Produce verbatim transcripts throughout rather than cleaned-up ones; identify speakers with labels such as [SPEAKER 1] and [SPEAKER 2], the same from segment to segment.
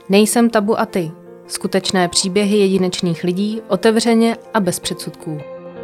[SPEAKER 1] Nejsem tabu a ty. Skutečné příběhy jedinečných lidí, otevřeně a bez předsudků.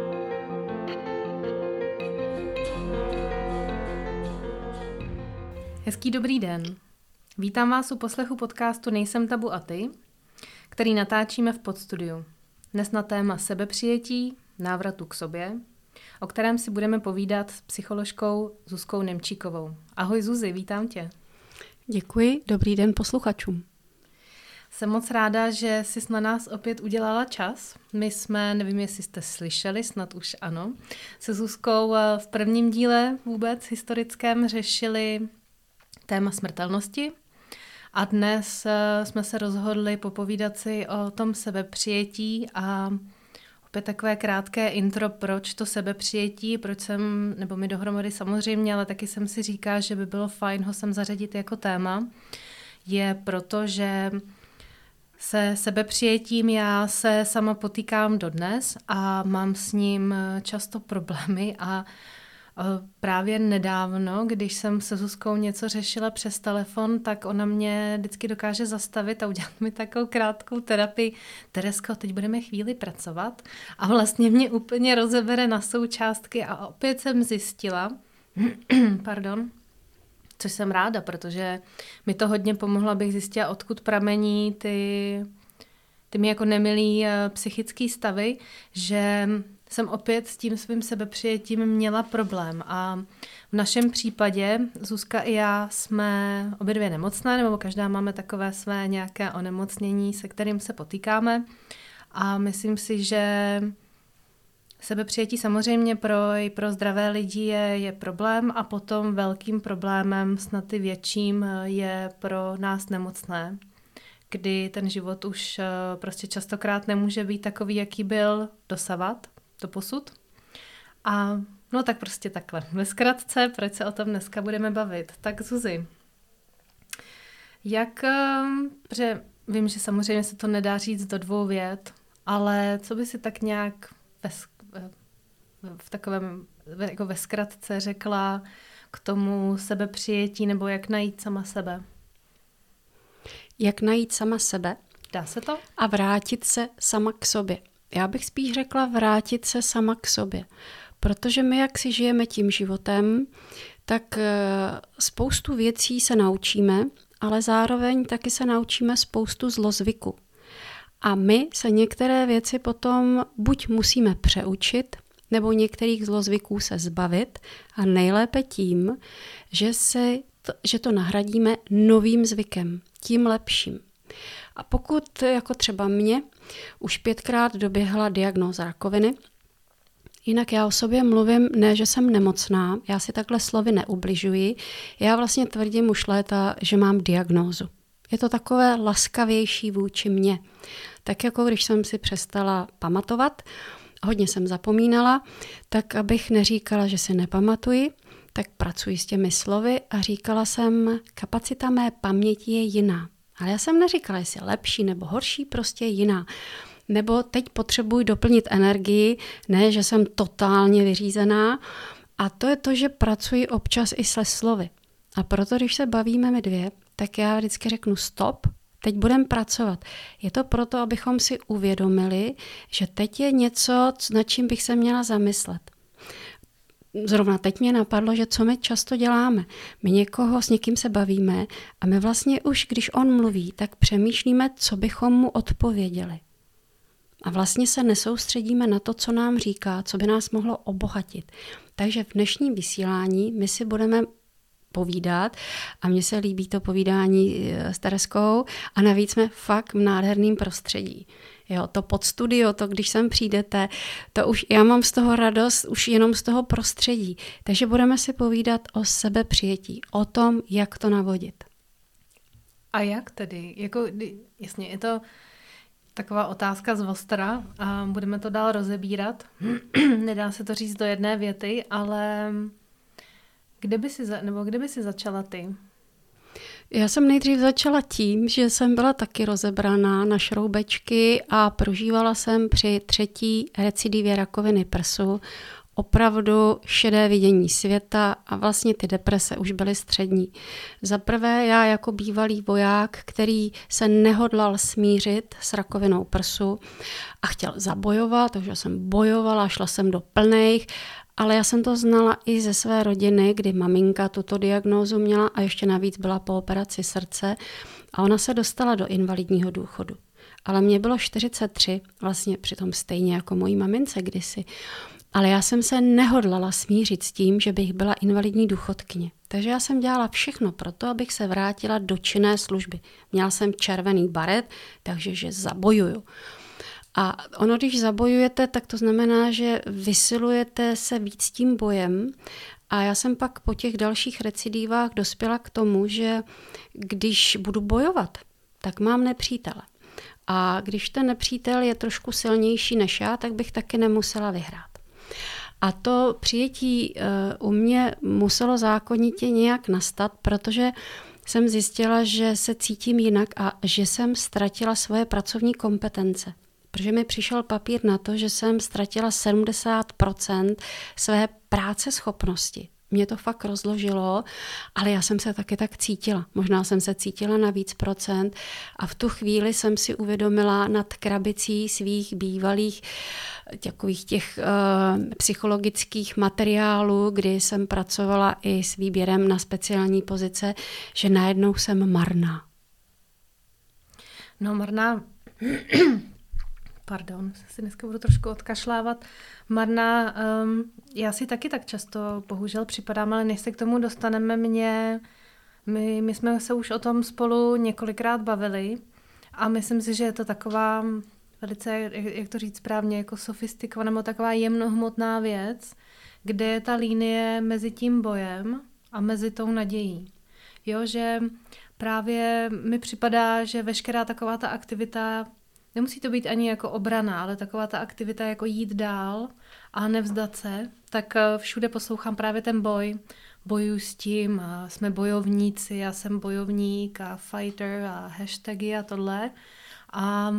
[SPEAKER 1] Hezký dobrý den. Vítám vás u poslechu podcastu Nejsem tabu a ty, který natáčíme v Podstudiu. Dnes na téma sebepřijetí, návratu k sobě, o kterém si budeme povídat s psycholožkou Zuzkou Němčíkovou. Ahoj Zuzi, vítám tě.
[SPEAKER 2] Děkuji, dobrý den posluchačům.
[SPEAKER 1] Jsem moc ráda, že jsi na nás opět udělala čas. My jsme, nevím, jestli jste slyšeli, snad už ano, se Zuzkou v prvním díle vůbec historickém řešili téma smrtelnosti. A dnes jsme se rozhodli popovídat si o tom sebepřijetí a opět takové krátké intro, proč to sebepřijetí, proč jsem, nebo my dohromady samozřejmě, ale taky jsem si říká, že by bylo fajn ho sem zařadit jako téma, je proto, že se sebepřijetím já se sama potýkám dodnes a mám s ním často problémy a právě nedávno, když jsem se Zuzkou něco řešila přes telefon, tak ona mě vždycky dokáže zastavit a udělat mi takovou krátkou terapii. Teresko, teď budeme chvíli pracovat a vlastně mě úplně rozebere na součástky a opět jsem zjistila, pardon, což jsem ráda, protože mi to hodně pomohlo, abych zjistila, odkud pramení ty, ty mi jako nemilý psychický stavy, že jsem opět s tím svým sebepřijetím měla problém. A v našem případě Zuzka i já jsme obě dvě nemocné, nebo každá máme takové své nějaké onemocnění, se kterým se potýkáme. A myslím si, že sebepřijetí samozřejmě pro, i pro zdravé lidi je, je problém a potom velkým problémem, snad i větším, je pro nás nemocné, kdy ten život už prostě častokrát nemůže být takový, jaký byl dosavat, doposud. A no tak prostě takhle. Ve zkratce, proč se o tom dneska budeme bavit? Tak Zuzi, jak, protože vím, že samozřejmě se to nedá říct do dvou vět, ale co by si tak nějak ve, v takovém, jako ve zkratce řekla k tomu sebepřijetí nebo jak najít sama sebe?
[SPEAKER 2] Jak najít sama sebe?
[SPEAKER 1] Dá se to?
[SPEAKER 2] A vrátit se sama k sobě. Já bych spíš řekla vrátit se sama k sobě. Protože my, jak si žijeme tím životem, tak spoustu věcí se naučíme, ale zároveň taky se naučíme spoustu zlozvyku. A my se některé věci potom buď musíme přeučit, nebo některých zlozvyků se zbavit a nejlépe tím, že, se to, že to nahradíme novým zvykem, tím lepším. A pokud jako třeba mě už pětkrát doběhla diagnóza rakoviny, jinak já o sobě mluvím, ne, že jsem nemocná, já si takhle slovy neubližuji, já vlastně tvrdím už léta, že mám diagnózu. Je to takové laskavější vůči mně. Tak jako když jsem si přestala pamatovat, hodně jsem zapomínala, tak abych neříkala, že si nepamatuji, tak pracuji s těmi slovy a říkala jsem, kapacita mé paměti je jiná. Ale já jsem neříkala, jestli je lepší nebo horší, prostě jiná. Nebo teď potřebuji doplnit energii, ne, že jsem totálně vyřízená. A to je to, že pracuji občas i se slovy. A proto, když se bavíme my dvě, tak já vždycky řeknu stop, teď budeme pracovat. Je to proto, abychom si uvědomili, že teď je něco, nad čím bych se měla zamyslet. Zrovna teď mě napadlo, že co my často děláme. My někoho, s někým se bavíme a my vlastně už, když on mluví, tak přemýšlíme, co bychom mu odpověděli. A vlastně se nesoustředíme na to, co nám říká, co by nás mohlo obohatit. Takže v dnešním vysílání my si budeme povídat a mně se líbí to povídání s Tereskou a navíc jsme fakt v nádherném prostředí. Jo, to Podstudio, to když sem přijdete, to už já mám z toho radost už jenom z toho prostředí. Takže budeme si povídat o sebepřijetí, o tom, jak to navodit.
[SPEAKER 1] A jak tedy? Jako, jasně, je to taková otázka z ostra a budeme to dál rozebírat. Nedá se to říct do jedné věty, ale kde by si, za, nebo kde by si začala ty?
[SPEAKER 2] Já jsem nejdřív začala tím, že jsem byla taky rozebraná na šroubečky a prožívala jsem při třetí recidivě rakoviny prsu opravdu šedé vidění světa a vlastně ty deprese už byly střední. Za prvé já jako bývalý voják, který se nehodlal smířit s rakovinou prsu a chtěl zabojovat, takže jsem bojovala, šla jsem do plných, ale já jsem to znala i ze své rodiny, kdy maminka tuto diagnózu měla a ještě navíc byla po operaci srdce a ona se dostala do invalidního důchodu. Ale mně bylo čtyřicet tři, vlastně přitom stejně jako mojí mamince kdysi. Ale já jsem se nehodlala smířit s tím, že bych byla invalidní důchodkyně. Takže já jsem dělala všechno pro to, abych se vrátila do činné služby. Měla jsem červený baret, takže že zabojuju. A ono, když zabojujete, tak to znamená, že vysilujete se víc tím bojem. A já jsem pak po těch dalších recidívách dospěla k tomu, že když budu bojovat, tak mám nepřítele. A když ten nepřítel je trošku silnější než já, tak bych taky nemusela vyhrát. A to přijetí u mě muselo zákonitě nějak nastat, protože jsem zjistila, že se cítím jinak a že jsem ztratila svoje pracovní kompetence. Protože mi přišel papír na to, že jsem ztratila sedmdesát procent své práce schopnosti. Mě to fakt rozložilo, ale já jsem se taky tak cítila. Možná jsem se cítila na víc procent a v tu chvíli jsem si uvědomila nad krabicí svých bývalých takových těch uh, psychologických materiálů, kdy jsem pracovala i s výběrem na speciální pozice, že najednou jsem marná.
[SPEAKER 1] No marná... Pardon, si dneska budu trošku odkašlávat. Marná, um, já si taky tak často bohužel připadám, ale než se k tomu dostaneme, mě, my, my jsme se už o tom spolu několikrát bavili a myslím si, že je to taková velice, jak to říct správně, jako sofistikovaná, nebo taková jemnohmotná věc, kde je ta linie mezi tím bojem a mezi tou nadějí. Jo, že právě mi připadá, že veškerá taková ta aktivita, nemusí to být ani jako obrana, ale taková ta aktivita jako jít dál a nevzdat se, tak všude poslouchám právě ten boj. Bojuju s tím a jsme bojovníci, já jsem bojovník a fighter a hashtagy a tohle. A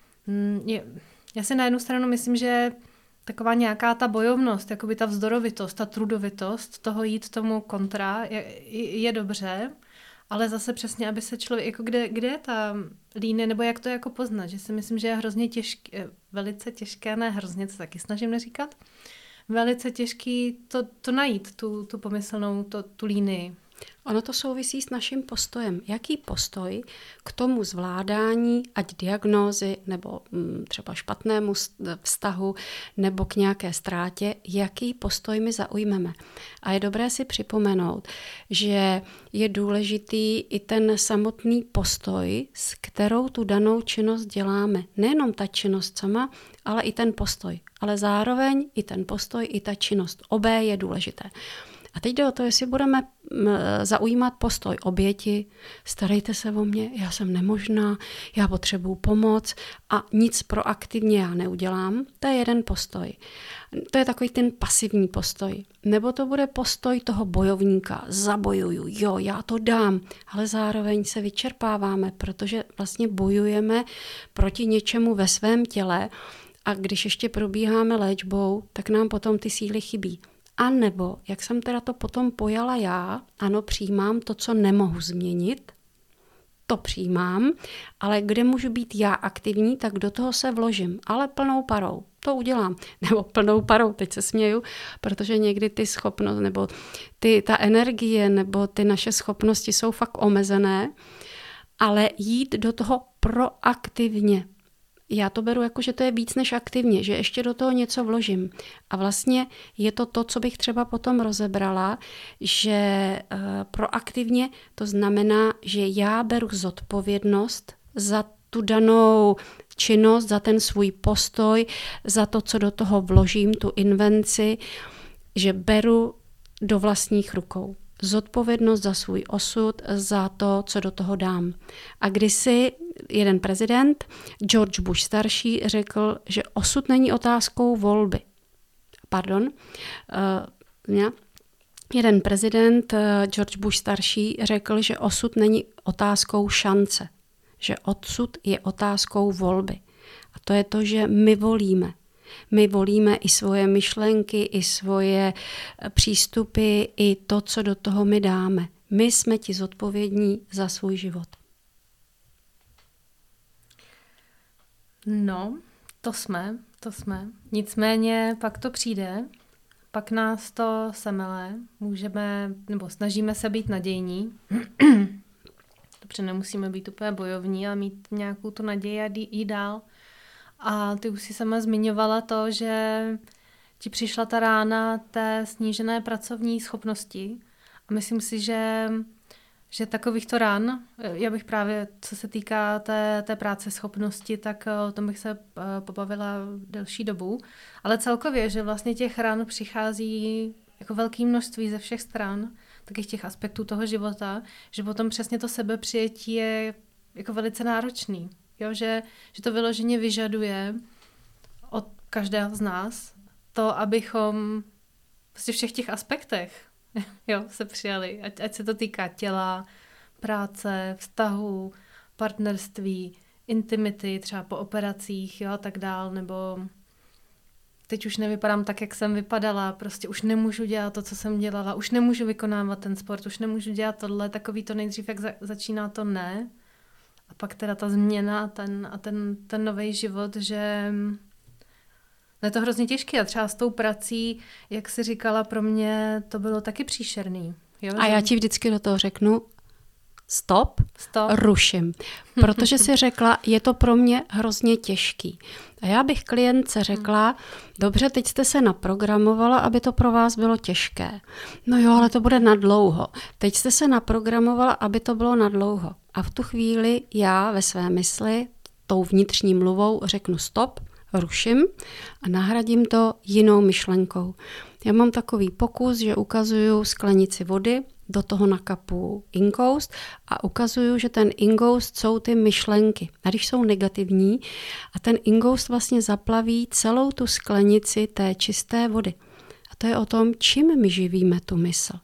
[SPEAKER 1] je, já si na jednu stranu myslím, že taková nějaká ta bojovnost, jakoby ta vzdorovitost, ta trudovitost toho jít tomu kontra je, je dobře, ale zase přesně, aby se člověk, jako kde, kde je ta línie, nebo jak to jako poznat, že si myslím, že je hrozně těžké, velice těžké, ne hrozně, to taky snažím neříkat, velice těžký to, to najít, tu, tu pomyslnou, to, tu línii.
[SPEAKER 2] Ono to souvisí s naším postojem. Jaký postoj k tomu zvládání, ať diagnózy, nebo třeba špatnému vztahu, nebo k nějaké ztrátě, jaký postoj my zaujmeme. A je dobré si připomenout, že je důležitý i ten samotný postoj, s kterou tu danou činnost děláme. Nejenom ta činnost sama, ale i ten postoj. Ale zároveň i ten postoj, i ta činnost. Obé je důležité. A teď jde o to, jestli budeme zaujímat postoj oběti, starejte se o mě, já jsem nemožná, já potřebuju pomoc a nic proaktivně já neudělám, to je jeden postoj. To je takový ten pasivní postoj. Nebo to bude postoj toho bojovníka, zabojuju, jo, já to dám, ale zároveň se vyčerpáváme, protože vlastně bojujeme proti něčemu ve svém těle a když ještě probíháme léčbou, tak nám potom ty síly chybí. A nebo, jak jsem teda to potom pojala já, ano, přijímám to, co nemohu změnit, to přijímám, ale kde můžu být já aktivní, tak do toho se vložím, ale plnou parou, to udělám. Nebo plnou parou, teď se směju, protože někdy ty schopnosti, nebo ty, ta energie, nebo ty naše schopnosti jsou fakt omezené, ale jít do toho proaktivně. Já to beru jako, že to je víc než aktivně, že ještě do toho něco vložím. A vlastně je to to, co bych třeba potom rozebrala, že uh, proaktivně to znamená, že já beru zodpovědnost za tu danou činnost, za ten svůj postoj, za to, co do toho vložím, tu invenci, že beru do vlastních rukou. Zodpovědnost za svůj osud, za to, co do toho dám. A kdysi jeden prezident, George Bush starší, řekl, že osud není otázkou volby. Pardon. Uh, jeden prezident, George Bush starší, řekl, že osud není otázkou šance. Že osud je otázkou volby. A to je to, že my volíme. My volíme i svoje myšlenky, i svoje přístupy, i to, co do toho my dáme. My jsme ti zodpovědní za svůj život.
[SPEAKER 1] No, to jsme, to jsme. Nicméně pak to přijde, pak nás to semele, můžeme, nebo snažíme se být nadějní. Dobře, nemusíme být úplně bojovní, ale mít nějakou tu naději a jít dál. A ty už si sama zmiňovala to, že ti přišla ta rána té snížené pracovní schopnosti. A myslím si, že, že takovýchto rán, já bych právě, co se týká té, té práce schopnosti, tak o tom bych se pobavila delší dobu. Ale celkově, že vlastně těch ran přichází jako velké množství ze všech stran, takových těch aspektů toho života, že potom přesně to sebepřijetí je jako velice náročný. Jo, že, že to vyloženě vyžaduje od každého z nás to, abychom prostě v všech těch aspektech jo, se přijali. Ať, ať se to týká těla, práce, vztahu, partnerství, intimity, třeba po operacích, jo, a tak dál, nebo teď už nevypadám tak, jak jsem vypadala, prostě už nemůžu dělat to, co jsem dělala, už nemůžu vykonávat ten sport, už nemůžu dělat tohle, takový to nejdřív, jak za, začíná to ne. A pak teda ta změna ten, a ten, ten nový život, že no je to hrozně těžké. A třeba s tou prací, jak jsi říkala, pro mě to bylo taky příšerný. Jo,
[SPEAKER 2] a
[SPEAKER 1] že...
[SPEAKER 2] já ti vždycky do toho řeknu stop,
[SPEAKER 1] stop.
[SPEAKER 2] ruším. Protože si řekla, je to pro mě hrozně těžký. A já bych klientce řekla, dobře, teď jste se naprogramovala, aby to pro vás bylo těžké. No jo, ale to bude nadlouho. Teď jste se naprogramovala, aby to bylo nadlouho. A v tu chvíli já ve své mysli tou vnitřní mluvou řeknu stop, ruším a nahradím to jinou myšlenkou. Já mám takový pokus, že ukazuju sklenici vody, do toho nakapu inkoust a ukazuju, že ten inkoust jsou ty myšlenky. A když jsou negativní a ten inkoust vlastně zaplaví celou tu sklenici té čisté vody. A to je o tom, čím my živíme tu mysl.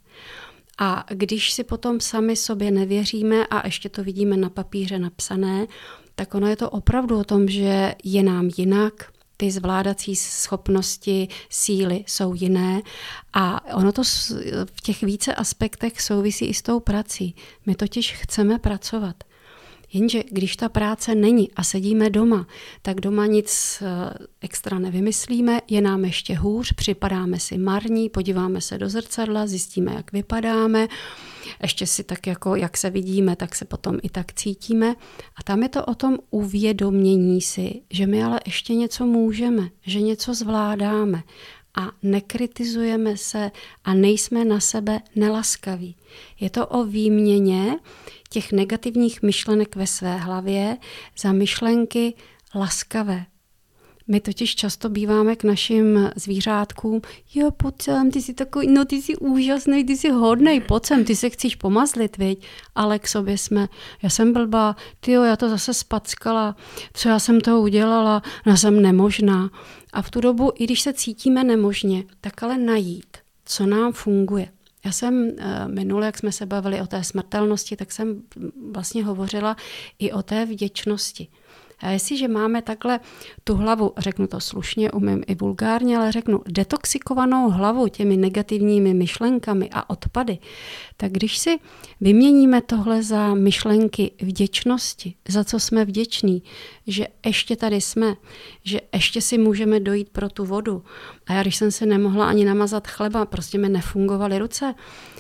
[SPEAKER 2] A když si potom sami sobě nevěříme a ještě to vidíme na papíře napsané, tak ono je to opravdu o tom, že je nám jinak, ty zvládací schopnosti, síly jsou jiné a ono to v těch více aspektech souvisí i s tou prací. My totiž chceme pracovat. Jenže když ta práce není a sedíme doma, tak doma nic extra nevymyslíme, je nám ještě hůř, připadáme si marní, podíváme se do zrcadla, zjistíme, jak vypadáme, ještě si tak jako, jak se vidíme, tak se potom i tak cítíme. A tam je to o tom uvědomění si, že my ale ještě něco můžeme, že něco zvládáme a nekritizujeme se a nejsme na sebe nelaskaví. Je to o výměně těch negativních myšlenek ve své hlavě za myšlenky laskavé. My totiž často býváme k našim zvířátkům, jo, pojď sem, ty jsi takový, no ty jsi úžasný, ty jsi hodnej, pojď sem, ty se chceš pomazlit, viď? Ale k sobě jsme, já jsem blbá, tyjo, já to zase spackala, co já jsem toho udělala, no jsem nemožná. A v tu dobu, i když se cítíme nemožně, tak ale najít, co nám funguje. Já jsem minule, jak jsme se bavili o té smrtelnosti, tak jsem vlastně hovořila i o té vděčnosti. A jestliže máme takhle tu hlavu, řeknu to slušně, umím i vulgárně, ale řeknu detoxikovanou hlavu těmi negativními myšlenkami a odpady, tak když si vyměníme tohle za myšlenky vděčnosti, za co jsme vděční, že ještě tady jsme, že ještě si můžeme dojít pro tu vodu. A já, když jsem se nemohla ani namazat chleba, prostě mi nefungovaly ruce,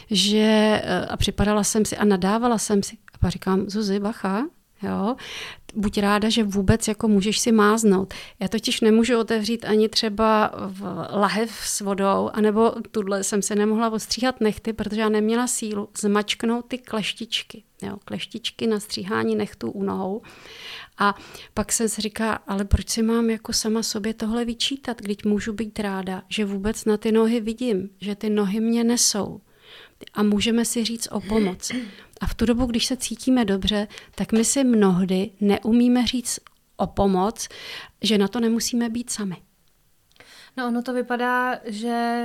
[SPEAKER 2] že a připadala jsem si a nadávala jsem si. A pak říkám, Zuzi, bacha, jo, buď ráda, že vůbec jako můžeš si máznout. Já totiž nemůžu otevřít ani třeba v lahev s vodou, anebo tuhle jsem se nemohla ostříhat nechty, protože já neměla sílu zmačknout ty kleštičky. Jo, kleštičky na stříhání nechtů u nohou. A pak jsem si říká, ale proč si mám jako sama sobě tohle vyčítat, když můžu být ráda, že vůbec na ty nohy vidím, že ty nohy mě nesou. A můžeme si říct o pomoc. A v tu dobu, když se cítíme dobře, tak my si mnohdy neumíme říct o pomoc, že na to nemusíme být sami.
[SPEAKER 1] No ono to vypadá, že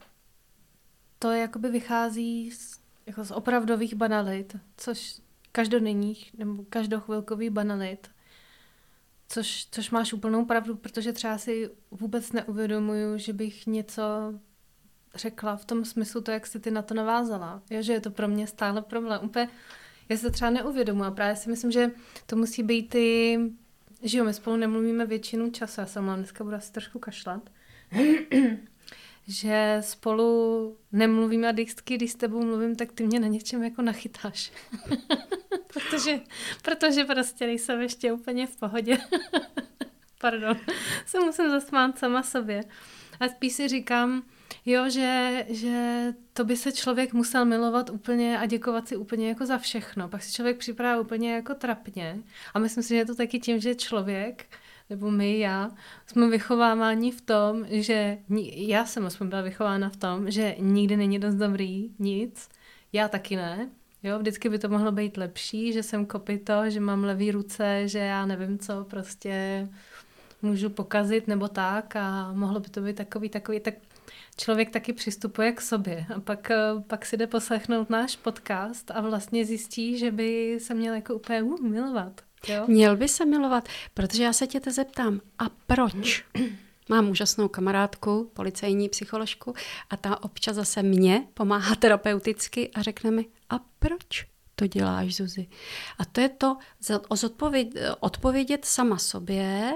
[SPEAKER 1] to jakoby vychází z, jako z opravdových banalit, což každodenních nebo každochvilkových banalit. Což, což máš úplnou pravdu, protože třeba si vůbec neuvědomuju, že bych něco řekla v tom smyslu to, jak jsi ty na to navázala. Jo, že je to pro mě stále problém. Úplně, já se to třeba neuvědomuji a právě si myslím, že to musí být ty, že jo, my spolu nemluvíme většinu času, já se mám dneska budu asi trošku kašlat, že spolu nemluvíme a vždycky, když s tebou mluvím, tak ty mě na něčem jako nachytáš. protože, protože prostě nejsem ještě úplně v pohodě. Pardon, se musím zasmát sama sobě. A spíš si říkám, jo, že, že to by se člověk musel milovat úplně a děkovat si úplně jako za všechno. Pak si člověk připadá úplně jako trapně. A myslím si, že je to taky tím, že člověk, nebo my, já, jsme vychováváni v tom, že já jsem aspoň byla vychována v tom, že nikdy není dost dobrý nic. Já taky ne. Jo, vždycky by to mohlo být lepší, že jsem kopyto, že mám levý ruce, že já nevím co, prostě můžu pokazit nebo tak a mohlo by to být takový, takový, tak člověk taky přistupuje k sobě a pak, pak si jde poslechnout náš podcast a vlastně zjistí, že by se měl jako úplně uh, milovat. Jo?
[SPEAKER 2] Měl by se milovat, protože já se tě te zeptám, a proč? Mám úžasnou kamarádku, policejní psycholožku a ta občas zase mě pomáhá terapeuticky a řekne mi, a proč to děláš, Zuzi? A to je to odpovědět sama sobě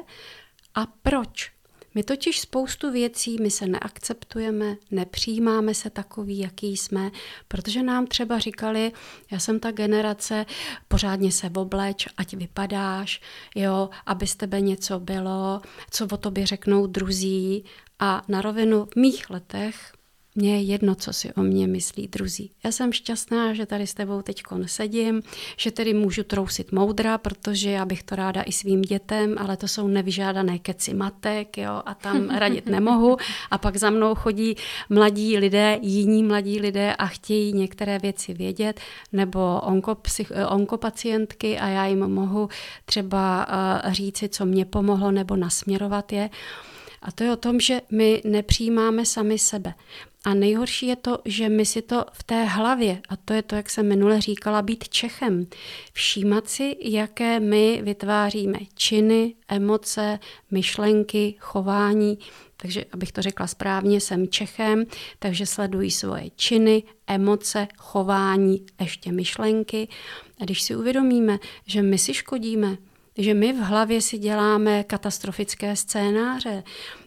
[SPEAKER 2] a proč. My totiž spoustu věcí, my se neakceptujeme, nepřijímáme se takový, jaký jsme, protože nám třeba říkali, já jsem ta generace, pořádně se obleč, ať vypadáš, jo, aby z tebe něco bylo, co o tobě řeknou druzí a na rovinu v mých letech mně je jedno, co si o mě myslí druzí. Já jsem šťastná, že tady s tebou teďkon sedím, že tedy můžu trousit moudra, protože já bych to ráda i svým dětem, ale to jsou nevyžádané keci matek, jo, a tam radit nemohu. A pak za mnou chodí mladí lidé, jiní mladí lidé a chtějí některé věci vědět, nebo onkopsych, onkopacientky a já jim mohu třeba uh, říci, co mě pomohlo, nebo nasměrovat je. A to je o tom, že my nepřijímáme sami sebe. A nejhorší je to, že my si to v té hlavě, a to je to, jak jsem minule říkala, být Čechem, všímat si, jaké my vytváříme činy, emoce, myšlenky, chování. Takže, abych to řekla správně, jsem Čechem, takže sleduji svoje činy, emoce, chování, ještě myšlenky. A když si uvědomíme, že my si škodíme, že my v hlavě si děláme katastrofické scénáře,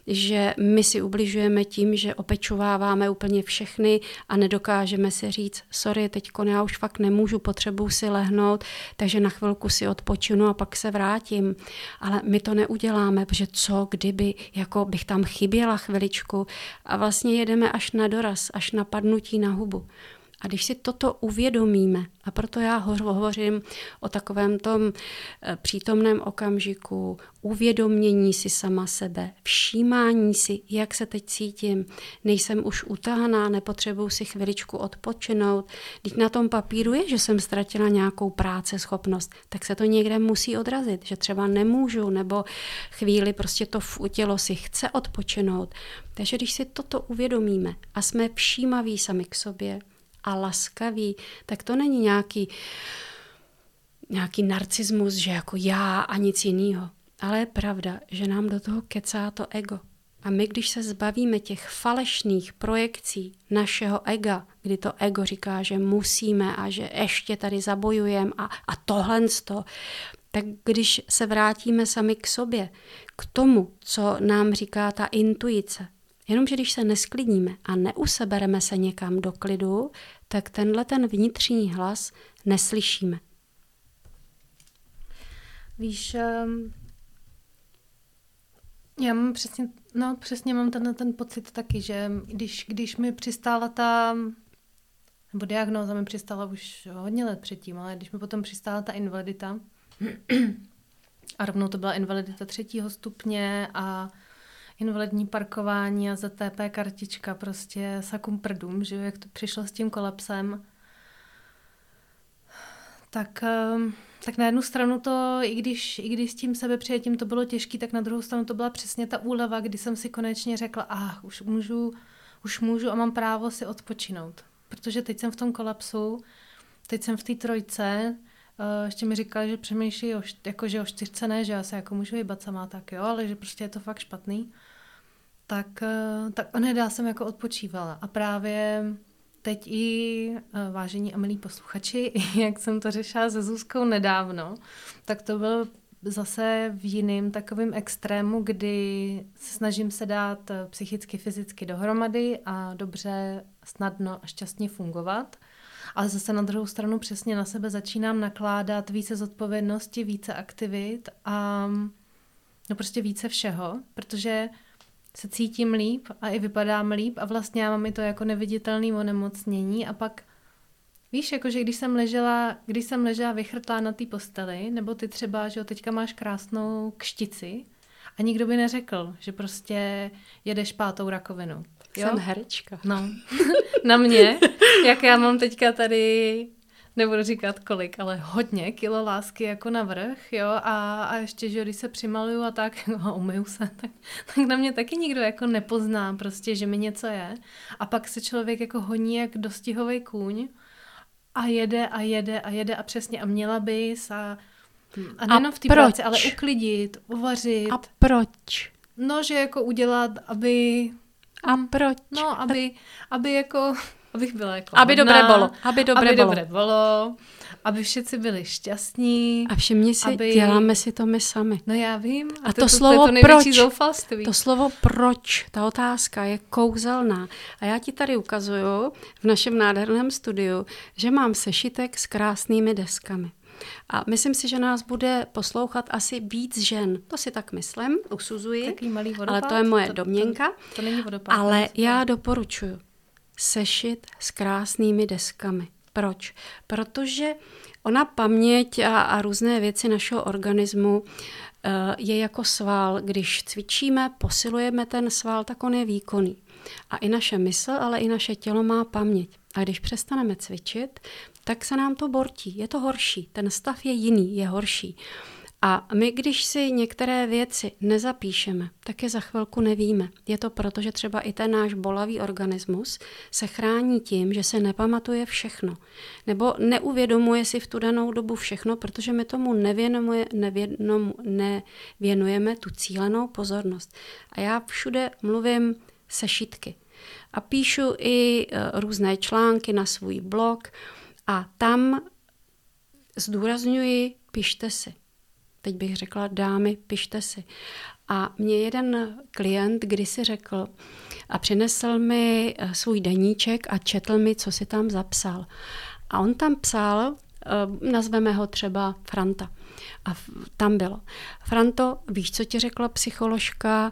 [SPEAKER 2] že my si ubližujeme tím, že opečováváme úplně všechny a nedokážeme si říct, sorry, teďko já už fakt nemůžu, potřebuji si lehnout, takže na chvilku si odpočinu a pak se vrátím. Ale my to neuděláme, protože co, kdyby, jako bych tam chyběla chviličku a vlastně jedeme až na doraz, až na padnutí na hubu. A když si toto uvědomíme, a proto já hovořím o takovém tom přítomném okamžiku, uvědomění si sama sebe, všímání si, jak se teď cítím, nejsem už utahaná, nepotřebuji si chviličku odpočinout. Když na tom papíru je, že jsem ztratila nějakou práceschopnost, tak se to někde musí odrazit, že třeba nemůžu, nebo chvíli prostě to tělo si chce odpočinout. Takže když si toto uvědomíme a jsme všímaví sami k sobě, a laskavý, tak to není nějaký, nějaký narcismus, že jako já a nic jiného. Ale je pravda, že nám do toho kecá to ego. A my, když se zbavíme těch falešných projekcí našeho ega, kdy to ego říká, že musíme a že ještě tady zabojujeme a, a tohle to, tak když se vrátíme sami k sobě, k tomu, co nám říká ta intuice, jenomže když se nesklidníme a neusebereme se někam do klidu, tak tenhle ten vnitřní hlas neslyšíme.
[SPEAKER 1] Víš, já mám přesně, no přesně mám ten, ten pocit taky, že když, když mi přistála ta, nebo diagnóza mi přistála už hodně let předtím, ale když mi potom přistála ta invalidita, a rovnou to byla invalidita třetího stupně a invalidní parkování a Z T P kartička, prostě sakum prdům, že jak to přišlo s tím kolapsem. Tak, tak na jednu stranu to, i když, i když s tím sebepřijetím to bylo těžké, tak na druhou stranu to byla přesně ta úleva, kdy jsem si konečně řekla, ah, už můžu, už můžu a mám právo si odpočinout. Protože teď jsem v tom kolapsu, teď jsem v té trojce, Uh, ještě mi říkali, že přemýšlí o, jako, že o čtyřce ne, že já se jako můžu hýbat sama, tak jo, ale že prostě je to fakt špatný. Tak, uh, tak onedá jsem jako odpočívala. A právě teď i uh, vážení a milí posluchači, jak jsem to řešila se Zuzkou nedávno, tak to byl zase v jiném takovém extrému, kdy se snažím se dát psychicky, fyzicky dohromady a dobře, snadno a šťastně fungovat. Ale zase na druhou stranu přesně na sebe začínám nakládat více zodpovědnosti, více aktivit a no prostě více všeho, protože se cítím líp a i vypadám líp a vlastně já mám i to jako neviditelné onemocnění a pak víš, jakože když jsem ležela, když jsem ležela vychrtlá na té posteli, nebo ty třeba, že jo, teďka máš krásnou kštici a nikdo by neřekl, že prostě jedeš pátou rakovinu. Jo?
[SPEAKER 2] Jsem herečka.
[SPEAKER 1] No, na mě, jak já mám teďka tady, nebudu říkat kolik, ale hodně kilo lásky jako navrch, jo, a, a ještě, že když se přimaluju a tak, a umyju se, tak, tak na mě taky nikdo jako nepozná prostě, že mi něco je. A pak se člověk jako honí jak dostihovej kůň a jede a jede a jede a přesně a měla bys a, a nejenom v té práci, ale uklidit, uvařit.
[SPEAKER 2] A proč?
[SPEAKER 1] No, že jako udělat, aby...
[SPEAKER 2] A proč?
[SPEAKER 1] No, aby, aby jako... Abych byla jako
[SPEAKER 2] Aby
[SPEAKER 1] hodná,
[SPEAKER 2] dobré bolo. Aby dobré
[SPEAKER 1] aby
[SPEAKER 2] bolo.
[SPEAKER 1] dobré bolo. Aby všichni byli šťastní.
[SPEAKER 2] A všimni si,
[SPEAKER 1] aby...
[SPEAKER 2] děláme si to my sami.
[SPEAKER 1] No já vím.
[SPEAKER 2] A, a to,
[SPEAKER 1] to,
[SPEAKER 2] slovo
[SPEAKER 1] to, to, to
[SPEAKER 2] proč,
[SPEAKER 1] zoufalství.
[SPEAKER 2] to slovo proč, ta otázka je kouzelná. A já ti tady ukazuju v našem nádherném studiu, že mám sešitek s krásnými deskami. A myslím si, že nás bude poslouchat asi víc žen. To si tak myslím, usuzuji.
[SPEAKER 1] Takový malý vodopád.
[SPEAKER 2] Ale to je moje
[SPEAKER 1] to,
[SPEAKER 2] domněnka.
[SPEAKER 1] To, to, to není vodopád.
[SPEAKER 2] Ale já doporučuju sešit s krásnými deskami. Proč? Protože ona paměť a, a různé věci našeho organismu uh, je jako sval. Když cvičíme, posilujeme ten sval, tak on je výkonný. A i naše mysl, ale i naše tělo má paměť. A když přestaneme cvičit, tak se nám to bortí. Je to horší. Ten stav je jiný, je horší. A my, když si některé věci nezapíšeme, tak je za chvilku nevíme. Je to proto, že třeba i ten náš bolavý organismus se chrání tím, že se nepamatuje všechno. Nebo neuvědomuje si v tu danou dobu všechno, protože my tomu nevěnuje, nevěnom, nevěnujeme tu cílenou pozornost. A já všude mluvím sešitky. A píšu i různé články na svůj blog a tam zdůrazňuji, pište si. Teď bych řekla, dámy, pište si. A mě jeden klient kdysi řekl a přinesl mi svůj deníček a četl mi, co si tam zapsal. A on tam psal, nazveme ho třeba Franta. A tam bylo: Franto, víš, co ti řekla psycholožka?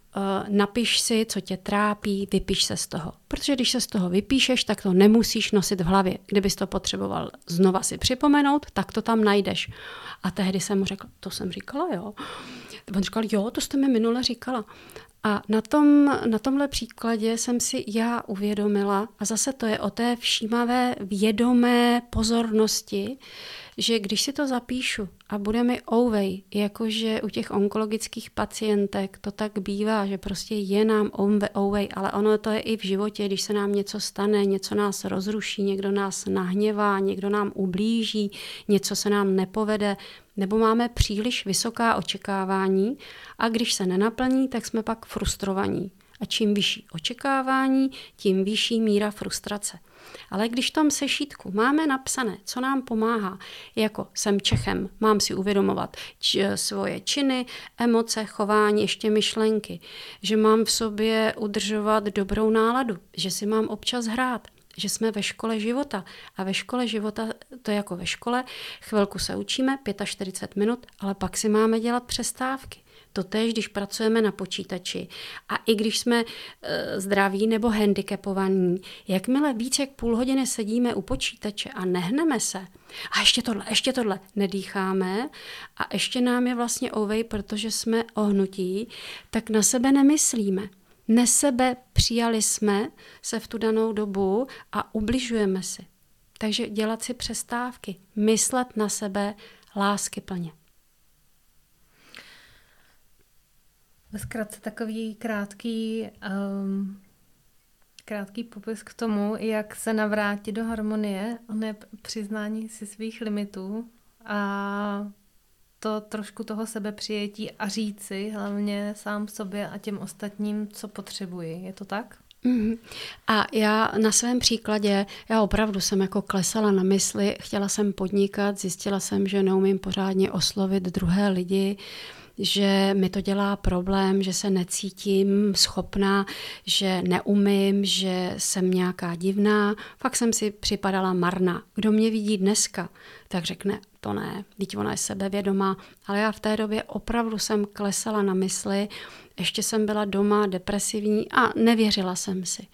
[SPEAKER 2] Napiš si, co tě trápí, vypiš se z toho. Protože když se z toho vypíšeš, tak to nemusíš nosit v hlavě. Kdybys to potřeboval znova si připomenout, tak to tam najdeš. A tehdy jsem mu řekla, to jsem říkala, jo. On říkal, jo, to jste mi minule říkala. A na, tom, na tomhle příkladě jsem si já uvědomila, a zase to je o té všímavé, vědomé pozornosti, že když si to zapíšu a bude mi ouvej, jakože u těch onkologických pacientek to tak bývá, že prostě je nám ouvej, ale ono to je i v životě, když se nám něco stane, něco nás rozruší, někdo nás nahněvá, někdo nám ublíží, něco se nám nepovede, nebo máme příliš vysoká očekávání a když se nenaplní, tak jsme pak frustrovaní. A čím vyšší očekávání, tím vyšší míra frustrace. Ale když v tom sešítku máme napsané, co nám pomáhá, jako jsem Čechem, mám si uvědomovat č- svoje činy, emoce, chování, ještě myšlenky, že mám v sobě udržovat dobrou náladu, že si mám občas hrát, že jsme ve škole života. A ve škole života, to je jako ve škole, chvilku se učíme, čtyřicet pět minut, ale pak si máme dělat přestávky. Totéž, když pracujeme na počítači a i když jsme e, zdraví nebo handicapovaní, jakmile víc jak půl hodiny sedíme u počítače a nehneme se, a ještě tohle, ještě tohle, nedýcháme a ještě nám je vlastně ouvej, protože jsme ohnutí, tak na sebe nemyslíme. Nesebe přijali jsme se v tu danou dobu a ubližujeme si. Takže dělat si přestávky, myslet na sebe láskyplně.
[SPEAKER 1] Ve zkratce takový krátký, um, krátký popis k tomu, jak se navrátit do harmonie, oné přiznání si svých limitů, a to trošku toho sebepřijetí a říci hlavně sám sobě a těm ostatním, co potřebuji. Je to tak?
[SPEAKER 2] Mm-hmm. A já na svém příkladě, já opravdu jsem jako klesala na mysli, chtěla jsem podnikat, zjistila jsem, že neumím pořádně oslovit druhé lidi, že mi to dělá problém, že se necítím schopná, že neumím, že jsem nějaká divná. Fakt jsem si připadala marná. Kdo mě vidí dneska, tak řekne, to ne, teď ona je sebevědomá. Ale já v té době opravdu jsem klesala na mysli, ještě jsem byla doma depresivní a nevěřila jsem si.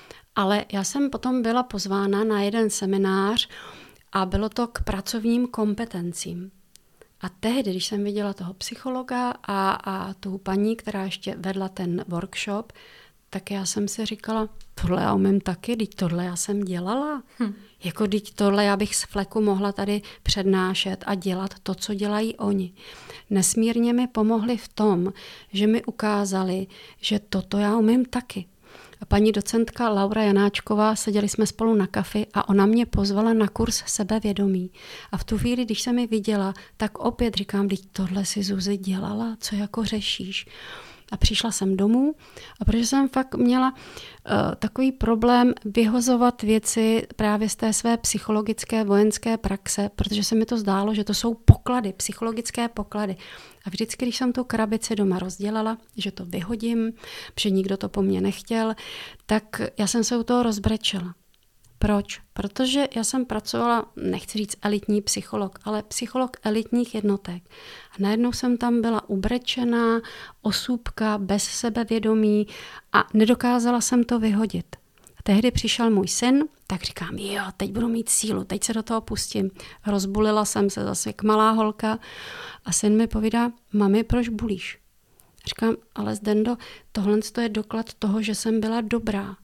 [SPEAKER 2] Ale já jsem potom byla pozvána na jeden seminář a bylo to k pracovním kompetencím. A tehdy, když jsem viděla toho psychologa a, a tu paní, která ještě vedla ten workshop, tak já jsem si říkala, tohle já umím taky, teď tohle já jsem dělala. Hm. Jako teď tohle já bych z fleku mohla tady přednášet a dělat to, co dělají oni. Nesmírně mi pomohli v tom, že mi ukázali, že toto já umím taky. A paní docentka Laura Janáčková, seděli jsme spolu na kafi a ona mě pozvala na kurz sebevědomí. A v tu chvíli, když jsem ji viděla, tak opět říkám, teď tohle si Zuzi dělala, co jako řešíš. A přišla jsem domů, a protože jsem fakt měla uh, takový problém vyhozovat věci právě z té své psychologické vojenské praxe, protože se mi to zdálo, že to jsou poklady, psychologické poklady. A vždycky, když jsem tu krabici doma rozdělala, že to vyhodím, že nikdo to po mně nechtěl, tak já jsem se u toho rozbrečela. Proč? Protože já jsem pracovala, nechci říct elitní psycholog, ale psycholog elitních jednotek. A najednou jsem tam byla ubrečená, osůbka, bez sebevědomí a nedokázala jsem to vyhodit. A tehdy přišel můj syn, tak říkám, jo, teď budu mít sílu, teď se do toho pustím. Rozbulila jsem se zase jak malá holka a syn mi povídá, mami, proč bulíš? Říkám, ale Zdendo, tohle je doklad toho, že jsem byla dobrá.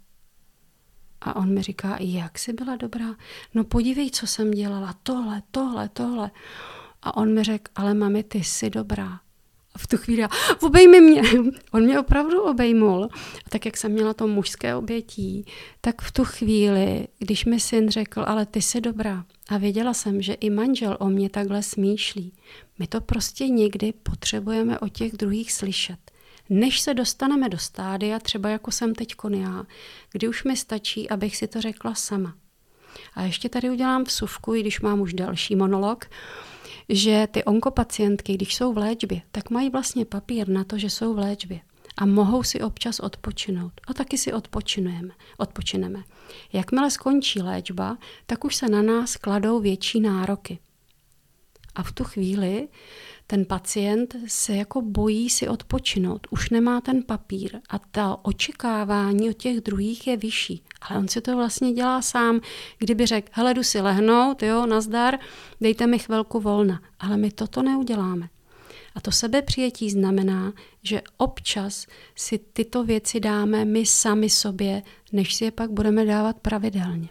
[SPEAKER 2] A on mi říká, jak jsi byla dobrá? No podívej, co jsem dělala, tohle, tohle, tohle. A on mi řekl, ale mami, ty jsi dobrá. A v tu chvíli, obejmi mě. On mě opravdu obejmul. A tak, jak jsem měla to mužské obětí, tak v tu chvíli, když mi syn řekl, ale ty jsi dobrá. A věděla jsem, že i manžel o mě takhle smýšlí. My to prostě někdy potřebujeme od těch druhých slyšet. Než se dostaneme do stádia, třeba jako jsem teďkon já, kdy už mi stačí, abych si to řekla sama. A ještě tady udělám vsuvku, i když mám už další monolog, že ty onkopacientky, když jsou v léčbě, tak mají vlastně papír na to, že jsou v léčbě a mohou si občas odpočinout. A taky si odpočinujeme, odpočineme. Jakmile skončí léčba, tak už se na nás kladou větší nároky. A v tu chvíli ten pacient se jako bojí si odpočinout, už nemá ten papír a ta očekávání od těch druhých je vyšší. Ale on si to vlastně dělá sám, kdyby řekl, hele, jdu si lehnout, jo, nazdar, dejte mi chvilku volna. Ale my toto neuděláme. A to sebepřijetí znamená, že občas si tyto věci dáme my sami sobě, než si je pak budeme dávat pravidelně.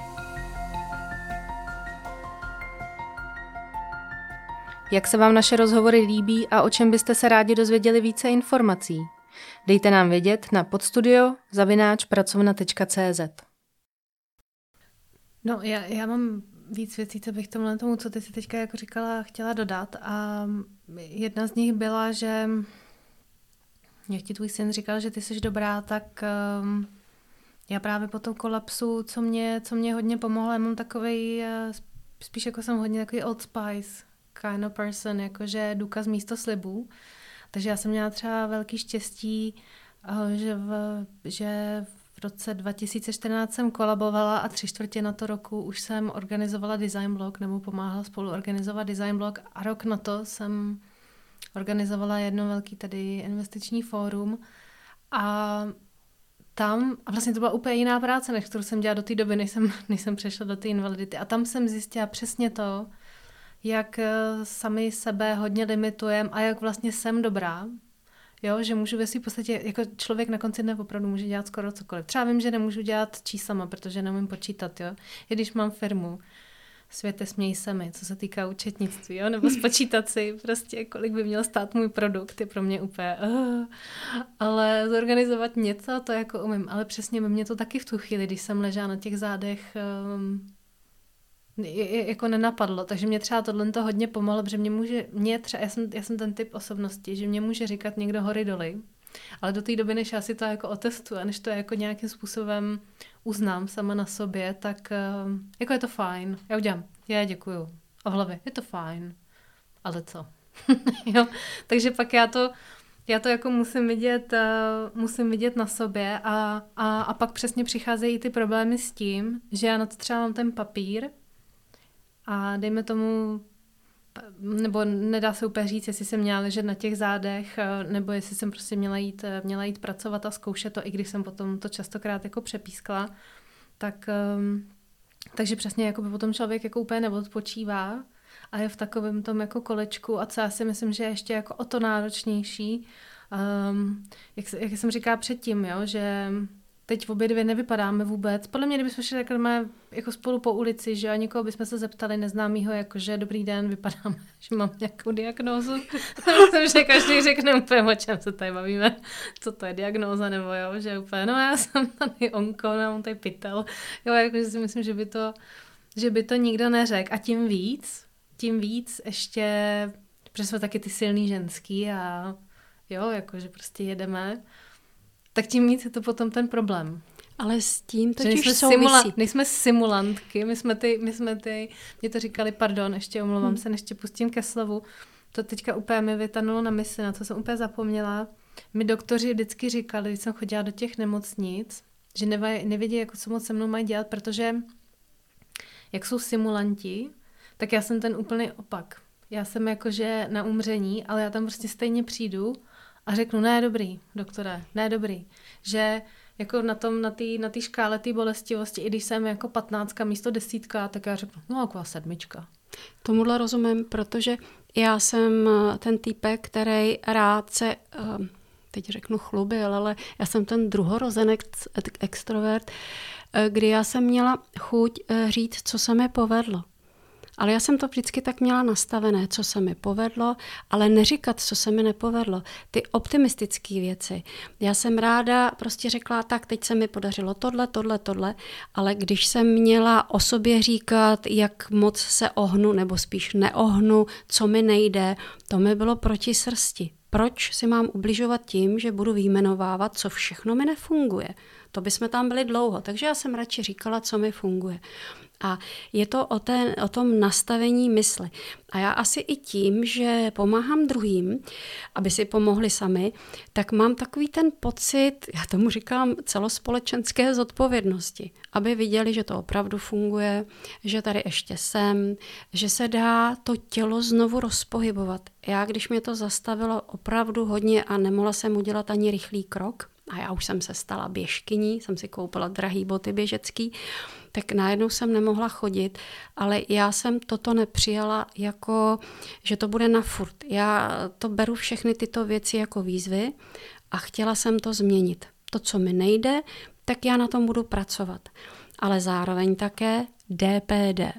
[SPEAKER 1] Jak se vám naše rozhovory líbí a o čem byste se rádi dozvěděli více informací? Dejte nám vědět na podstudio zavináč pracovna tečka cé zet. No, já, já mám víc věcí, co bych tomhle tomu, co ty si teďka jako říkala, chtěla dodat. A jedna z nich byla, že jak ti tvůj syn říkal, že ty jsi dobrá, tak um, já právě po tom kolapsu, co mě, co mě hodně pomohlo, já mám takovej, uh, spíš jako jsem hodně takový Old Spice kind of person, jakože důkaz místo slibů. Takže já jsem měla třeba velký štěstí, že v, že v roce dva tisíce čtrnáct jsem kolabovala a tři čtvrtě na to roku už jsem organizovala design blog, nebo pomáhala spolu organizovat design blog a rok na to jsem organizovala jedno velký tady investiční fórum a tam, a vlastně to byla úplně jiná práce, než kterou jsem dělala do té doby, než jsem, než jsem přešla do té invalidity. A tam jsem zjistila přesně to, jak sami sebe hodně limitujeme a jak vlastně jsem dobrá. Jo, že můžu ve svým podstatě, jako člověk na konci dne opravdu může dělat skoro cokoliv. Třeba vím, že nemůžu dělat číslama, protože neumím počítat, jo. I když mám firmu, světe, směj se mi, co se týká účetnictví, jo, nebo spočítat si prostě, kolik by měl stát můj produkt, je pro mě úplně, uh, ale zorganizovat něco, to jako umím, ale přesně by mě to taky v tu chvíli, když jsem ležela na těch zádech, um, jako nenapadlo, takže mě třeba tohle to hodně pomohlo, protože mě může, mě třeba, já jsem, já jsem ten typ osobnosti, že mě může říkat někdo hory doly, ale do té doby, než já si to jako otestuju a než to jako nějakým způsobem uznám sama na sobě, tak jako je to fajn, já udělám, já děkuju a v hlavě, je to fajn, ale co? Jo? Takže pak já to Já to jako musím vidět, uh, musím vidět na sobě a, a, a pak přesně přicházejí ty problémy s tím, že já na to třeba mám ten papír a dejme tomu, nebo nedá se úplně říct, jestli jsem měla ležet na těch zádech, nebo jestli jsem prostě měla jít, měla jít pracovat a zkoušet to, i když jsem potom to častokrát jako přepískla. Tak, um, takže přesně jako by potom člověk jako úplně neodpočívá a je v takovém tom jako kolečku a co já si myslím, že je ještě jako o to náročnější, um, jak, jak jsem říkala předtím, jo, že teď v obě dvě nevypadáme vůbec. Podle mě, kdybychom šli takhle jako spolu po ulici, že a někoho bychom se zeptali neznámýho, jakože dobrý den, vypadáme, že mám nějakou diagnózu. Myslím, že každý řekne úplně, o čem se tady bavíme, co to je diagnóza, nebo jo, že úplně, no já jsem tady onko, no, mám tady pytel. Jo, jakože si myslím, že by to, že by to nikdo neřekl. A tím víc, tím víc ještě, protože jsme taky ty silný ženský a jo, jakože prostě jedeme, tak tím víc je to potom ten problém.
[SPEAKER 2] Ale s tím
[SPEAKER 1] totiž
[SPEAKER 2] totiž
[SPEAKER 1] nejsme
[SPEAKER 2] souvisí.
[SPEAKER 1] Simula, nejsme simulantky, my jsme ty, my jsme ty, mě to říkali, pardon, ještě omlouvám hmm. se, ještě pustím ke slovu. To teďka úplně mi vytanulo na mysli, na co jsem úplně zapomněla. My doktoři vždycky říkali, když jsem chodila do těch nemocnic, že nevaj, nevědí, jako co moc se mnou mají dělat, protože jak jsou simulanti, tak já jsem ten úplný opak. Já jsem jakože na umření, ale já tam prostě stejně přijdu a řeknu, ne, dobrý, doktore, ne, dobrý. Že jako na tom, na té na té škále té bolestivosti, i když jsem jako patnáctka místo desítka, tak já řeknu, no jako sedmička.
[SPEAKER 2] Tomuhle rozumím, protože já jsem ten týpek, který rád se, teď řeknu chlubil, ale já jsem ten druhorozenek extrovert, kdy já jsem měla chuť říct, co se mi povedlo. Ale já jsem to vždycky tak měla nastavené, co se mi povedlo, ale neříkat, co se mi nepovedlo. Ty optimistické věci. Já jsem ráda prostě řekla, tak teď se mi podařilo tohle, tohle, tohle, ale když jsem měla o sobě říkat, jak moc se ohnu, nebo spíš neohnu, co mi nejde, to mi bylo proti srsti. Proč si mám ubližovat tím, že budu vyjmenovávat, co všechno mi nefunguje? To bychom tam byli dlouho, takže já jsem radši říkala, co mi funguje. A je to o, té, o tom nastavení mysli. A já asi i tím, že pomáhám druhým, aby si pomohli sami, tak mám takový ten pocit, já tomu říkám celospolečenské zodpovědnosti, aby viděli, že to opravdu funguje, že tady ještě jsem, že se dá to tělo znovu rozpohybovat. Já, když mě to zastavilo opravdu hodně a nemohla jsem udělat ani rychlý krok, a já už jsem se stala běžkyní, jsem si koupila drahý boty běžecký, tak najednou jsem nemohla chodit, ale já jsem toto nepřijala jako, že to bude na furt. Já to beru všechny tyto věci jako výzvy a chtěla jsem to změnit. To, co mi nejde, tak já na tom budu pracovat. Ale zároveň také D P D.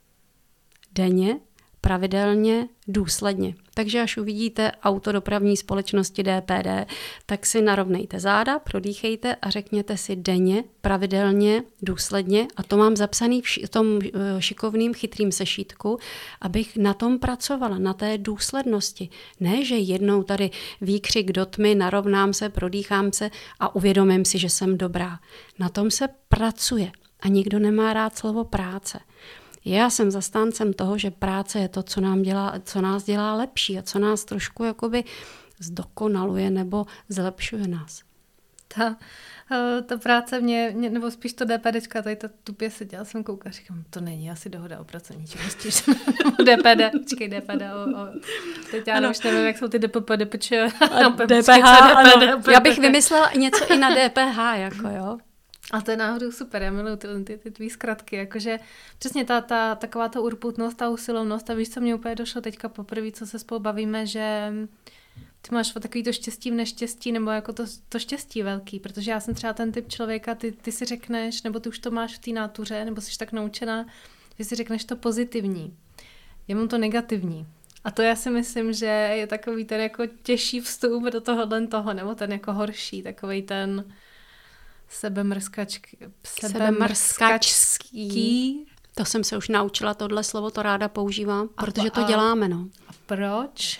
[SPEAKER 2] Denně, pravidelně, důsledně. Takže až uvidíte autodopravní společnosti D P D, tak si narovnejte záda, prodýchejte a řekněte si denně, pravidelně, důsledně, a to mám zapsaný v tom šikovným chytrým sešítku, abych na tom pracovala, na té důslednosti. Ne, že jednou tady výkřik do tmy, narovnám se, prodýchám se a uvědomím si, že jsem dobrá. Na tom se pracuje a nikdo nemá rád slovo práce. Já jsem zastáncem toho, že práce je to, co, nám dělá, co nás dělá lepší a co nás trošku jakoby zdokonaluje nebo zlepšuje nás.
[SPEAKER 1] Ta, ta práce mě, mě, nebo spíš to DPDčka, tady ta tupě seděla jsem koukala, říkám, to není asi dohoda o pracovní činnosti, D P D, počkej, D P D, o, o, teď já už nevím, jak jsou ty D P P, D P Č,
[SPEAKER 2] D P H, ano, já bych vymyslela něco i na D P H, jako jo.
[SPEAKER 1] A to je náhodou super, já miluji ty, ty, ty tvý zkratky, jakože přesně ta, ta taková ta urputnost, ta usilovnost, a víš, co mě úplně došlo teďka poprvé, co se spolu bavíme, že ty máš takový to štěstí v neštěstí, nebo jako to, to štěstí velký, protože já jsem třeba ten typ člověka, ty, ty si řekneš, nebo ty už to máš v té nátuře, nebo jsi tak naučená, že si řekneš to pozitivní. Já mám to negativní. A to já si myslím, že je takový ten jako těžší vstup do tohohle toho, nebo ten jako horší, takovej ten sebemrskačky, sebemrskačský,
[SPEAKER 2] To jsem se už naučila, tohle slovo to ráda používám,
[SPEAKER 1] a,
[SPEAKER 2] protože to
[SPEAKER 1] a,
[SPEAKER 2] děláme, no.
[SPEAKER 1] A proč?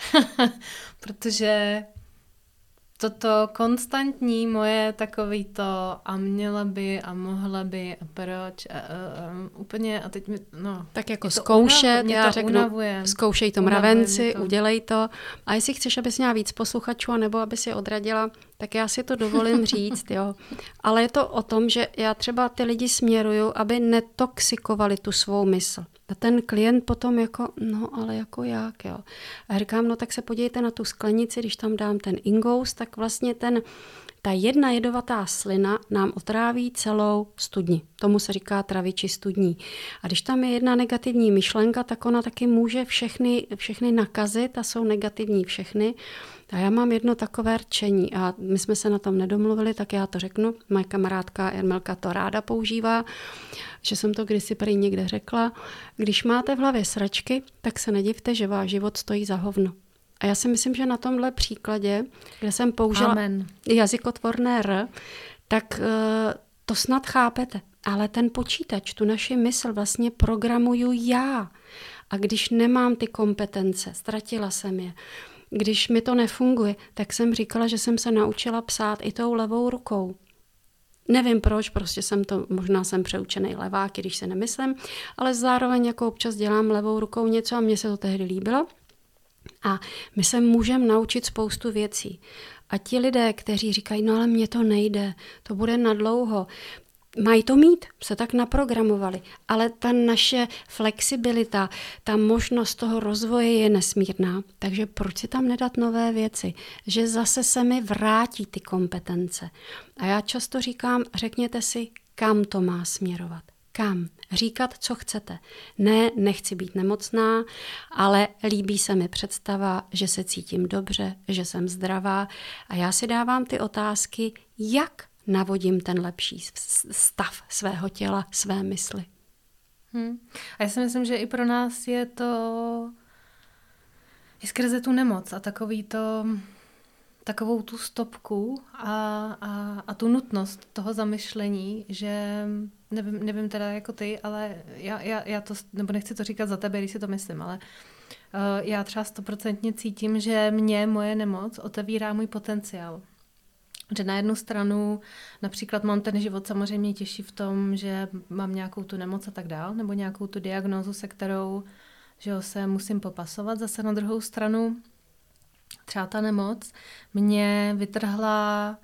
[SPEAKER 1] Protože toto konstantní moje takový to a měla by a mohla by a proč a, a, a úplně a teď mi, no.
[SPEAKER 2] Tak jako zkoušet,
[SPEAKER 1] unav,
[SPEAKER 2] já
[SPEAKER 1] to
[SPEAKER 2] řeknu,
[SPEAKER 1] unavuje.
[SPEAKER 2] zkoušej to mravenci, to. Udělej to. A jestli chceš, abys měla víc posluchačů, anebo abys je odradila, tak já si to dovolím říct, jo. Ale je to o tom, že já třeba ty lidi směruju, aby netoxikovali tu svou mysl. A ten klient potom jako, no ale jako jak, jo. A říkám, no tak se podívejte na tu sklenici, když tam dám ten ingous, tak vlastně ten, ta jedna jedovatá slina nám otráví celou studni. Tomu se říká traviči studní. A když tam je jedna negativní myšlenka, tak ona taky může všechny, všechny nakazit a jsou negativní všechny. A já mám jedno takové rčení a my jsme se na tom nedomluvili, tak já to řeknu. Moje kamarádka Jarmilka to ráda používá, že jsem to kdysi prý někde řekla. Když máte v hlavě sračky, tak se nedivte, že váš život stojí za hovno. A já si myslím, že na tomhle příkladě, kde jsem použila Amen. jazykotvorné R, tak to snad chápete. Ale ten počítač, tu naši mysl vlastně programuju já. A když nemám ty kompetence, ztratila jsem je, když mi to nefunguje, tak jsem říkala, že jsem se naučila psát i tou levou rukou. Nevím proč, prostě jsem to, možná jsem přeučený levák, když se nemyslím, ale zároveň jako občas dělám levou rukou něco a mně se to tehdy líbilo. A my se můžeme naučit spoustu věcí. A ti lidé, kteří říkají, no ale mně to nejde, to bude nadlouho, mají to mít, se tak naprogramovali, ale ta naše flexibilita, ta možnost toho rozvoje je nesmírná, takže proč si tam nedat nové věci, že zase se mi vrátí ty kompetence. A já často říkám, řekněte si, kam to má směrovat, kam. Říkat, co chcete. Ne, nechci být nemocná, ale líbí se mi představa, že se cítím dobře, že jsem zdravá a já si dávám ty otázky, jak navodím ten lepší stav svého těla, své mysli.
[SPEAKER 1] Hmm. A já si myslím, že i pro nás je to i skrze tu nemoc a takový to, takovou tu stopku a, a, a tu nutnost toho zamyšlení, že nevím, nevím teda jako ty, ale já, já, já to, nebo nechci to říkat za tebe, když si to myslím, ale uh, já třeba stoprocentně cítím, že mě moje nemoc otevírá můj potenciál. Že na jednu stranu například mám ten život samozřejmě těžší v tom, že mám nějakou tu nemoc a tak dál, nebo nějakou tu diagnózu, se kterou že jo, se musím popasovat. Zase na druhou stranu třeba ta nemoc mě vytrhla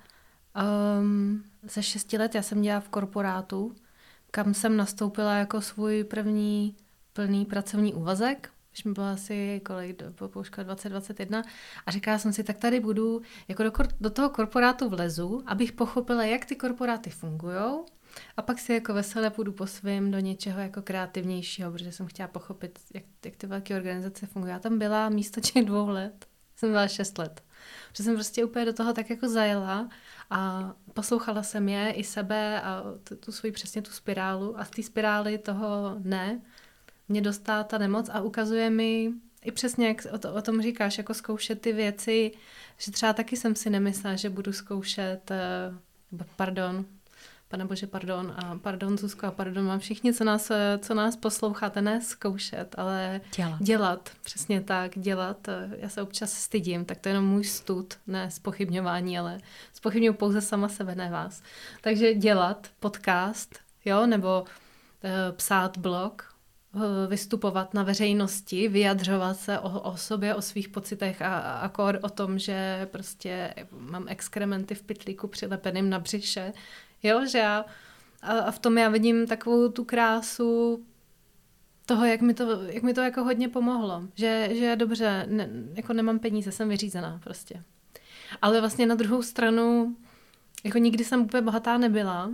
[SPEAKER 1] um, ze šesti let. Já jsem dělala v korporátu, kam jsem nastoupila jako svůj první plný pracovní úvazek. Když mi bylo asi kolik, pouška dvacet dvacet jedna a říkala jsem si, tak tady budu, jako do, do toho korporátu vlezu, abych pochopila, jak ty korporáty fungujou a pak si jako veselé půjdu po svým do něčeho jako kreativnějšího, protože jsem chtěla pochopit, jak, jak ty velké organizace fungují. Já tam byla místo těch dvou let, jsem byla šest let. Protože jsem prostě úplně do toho tak jako zajela a poslouchala jsem je i sebe a tu, tu svoji přesně tu spirálu a z té spirály toho ne, mě dostala ta nemoc a ukazuje mi i přesně, jak o, to, o tom říkáš, jako zkoušet ty věci, že třeba taky jsem si nemyslela, že budu zkoušet, uh, pardon, pane bože, pardon, a pardon Zuzko, a pardon vám všichni, co nás, co nás posloucháte, ne zkoušet, ale
[SPEAKER 2] dělat.
[SPEAKER 1] dělat, přesně tak, dělat. Já se občas stydím, tak to je jenom můj stud, ne zpochybňování, ale zpochybňuji pouze sama sebe, ne vás. Takže dělat podcast, jo, nebo uh, psát blog, vystupovat na veřejnosti, vyjadřovat se o, o sobě, o svých pocitech a, a kor o tom, že prostě mám exkrementy v pytlíku přilepeným na břiše. Jo, že já, a, a v tom já vidím takovou tu krásu toho, jak mi to, jak mi to jako hodně pomohlo. Že, že dobře, ne, jako nemám peníze, jsem vyřízená prostě. Ale vlastně na druhou stranu, jako nikdy jsem úplně bohatá nebyla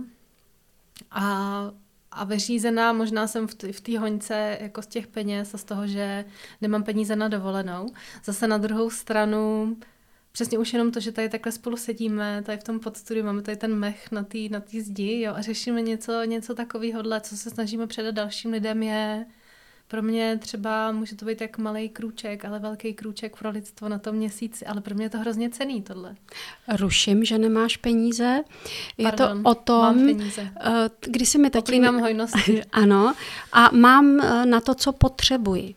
[SPEAKER 1] a A vyřízená, možná jsem v té hoňce jako z těch peněz a z toho, že nemám peníze na dovolenou. Zase na druhou stranu, přesně už jenom to, že tady takhle spolu sedíme, tady v tom podstudiu, máme tady ten mech na té na té zdi, jo, a řešíme něco, něco takového, co se snažíme předat dalším lidem, je Pro mě třeba může to být jak malej krůček, ale velký krůček pro lidstvo na tom měsíci, ale pro mě je to hrozně cenný tohle.
[SPEAKER 2] Ruším, že nemáš peníze. Je
[SPEAKER 1] Pardon,
[SPEAKER 2] to o tom,
[SPEAKER 1] mám peníze.
[SPEAKER 2] Když si mi taky...
[SPEAKER 1] Poplývám hojnosti.
[SPEAKER 2] Ano, a mám na to, co potřebuji.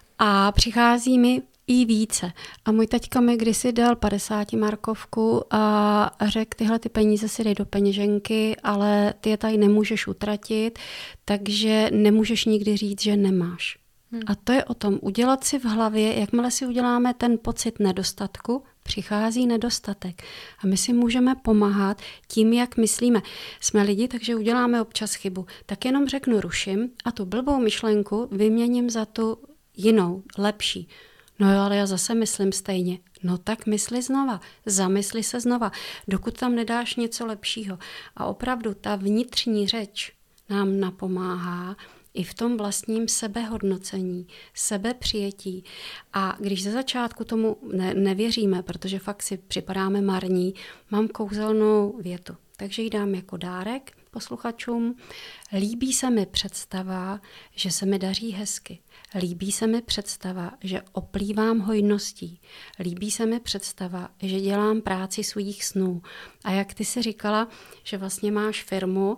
[SPEAKER 2] A přichází mi i více. A můj taťka mi kdysi dal padesátimarkovku a řekl, tyhle ty peníze si dej do peněženky, ale ty je tady nemůžeš utratit, takže nemůžeš nikdy říct, že nemáš. Hmm. A to je o tom, udělat si v hlavě, jakmile si uděláme ten pocit nedostatku, přichází nedostatek. A my si můžeme pomáhat tím, jak myslíme. Jsme lidi, takže uděláme občas chybu. Tak jenom řeknu ruším a tu blbou myšlenku vyměním za tu jinou, lepší. No jo, ale já zase myslím stejně. No tak mysli znova, zamysli se znova, dokud tam nedáš něco lepšího. A opravdu ta vnitřní řeč nám napomáhá i v tom vlastním sebehodnocení, sebepřijetí. A když ze začátku tomu ne- nevěříme, protože fakt si připadáme marní, mám kouzelnou větu. Takže ji dám jako dárek posluchačům. Líbí se mi představa, že se mi daří hezky. Líbí se mi představa, že oplývám hojností. Líbí se mi představa, že dělám práci svých snů. A jak ty si říkala, že vlastně máš firmu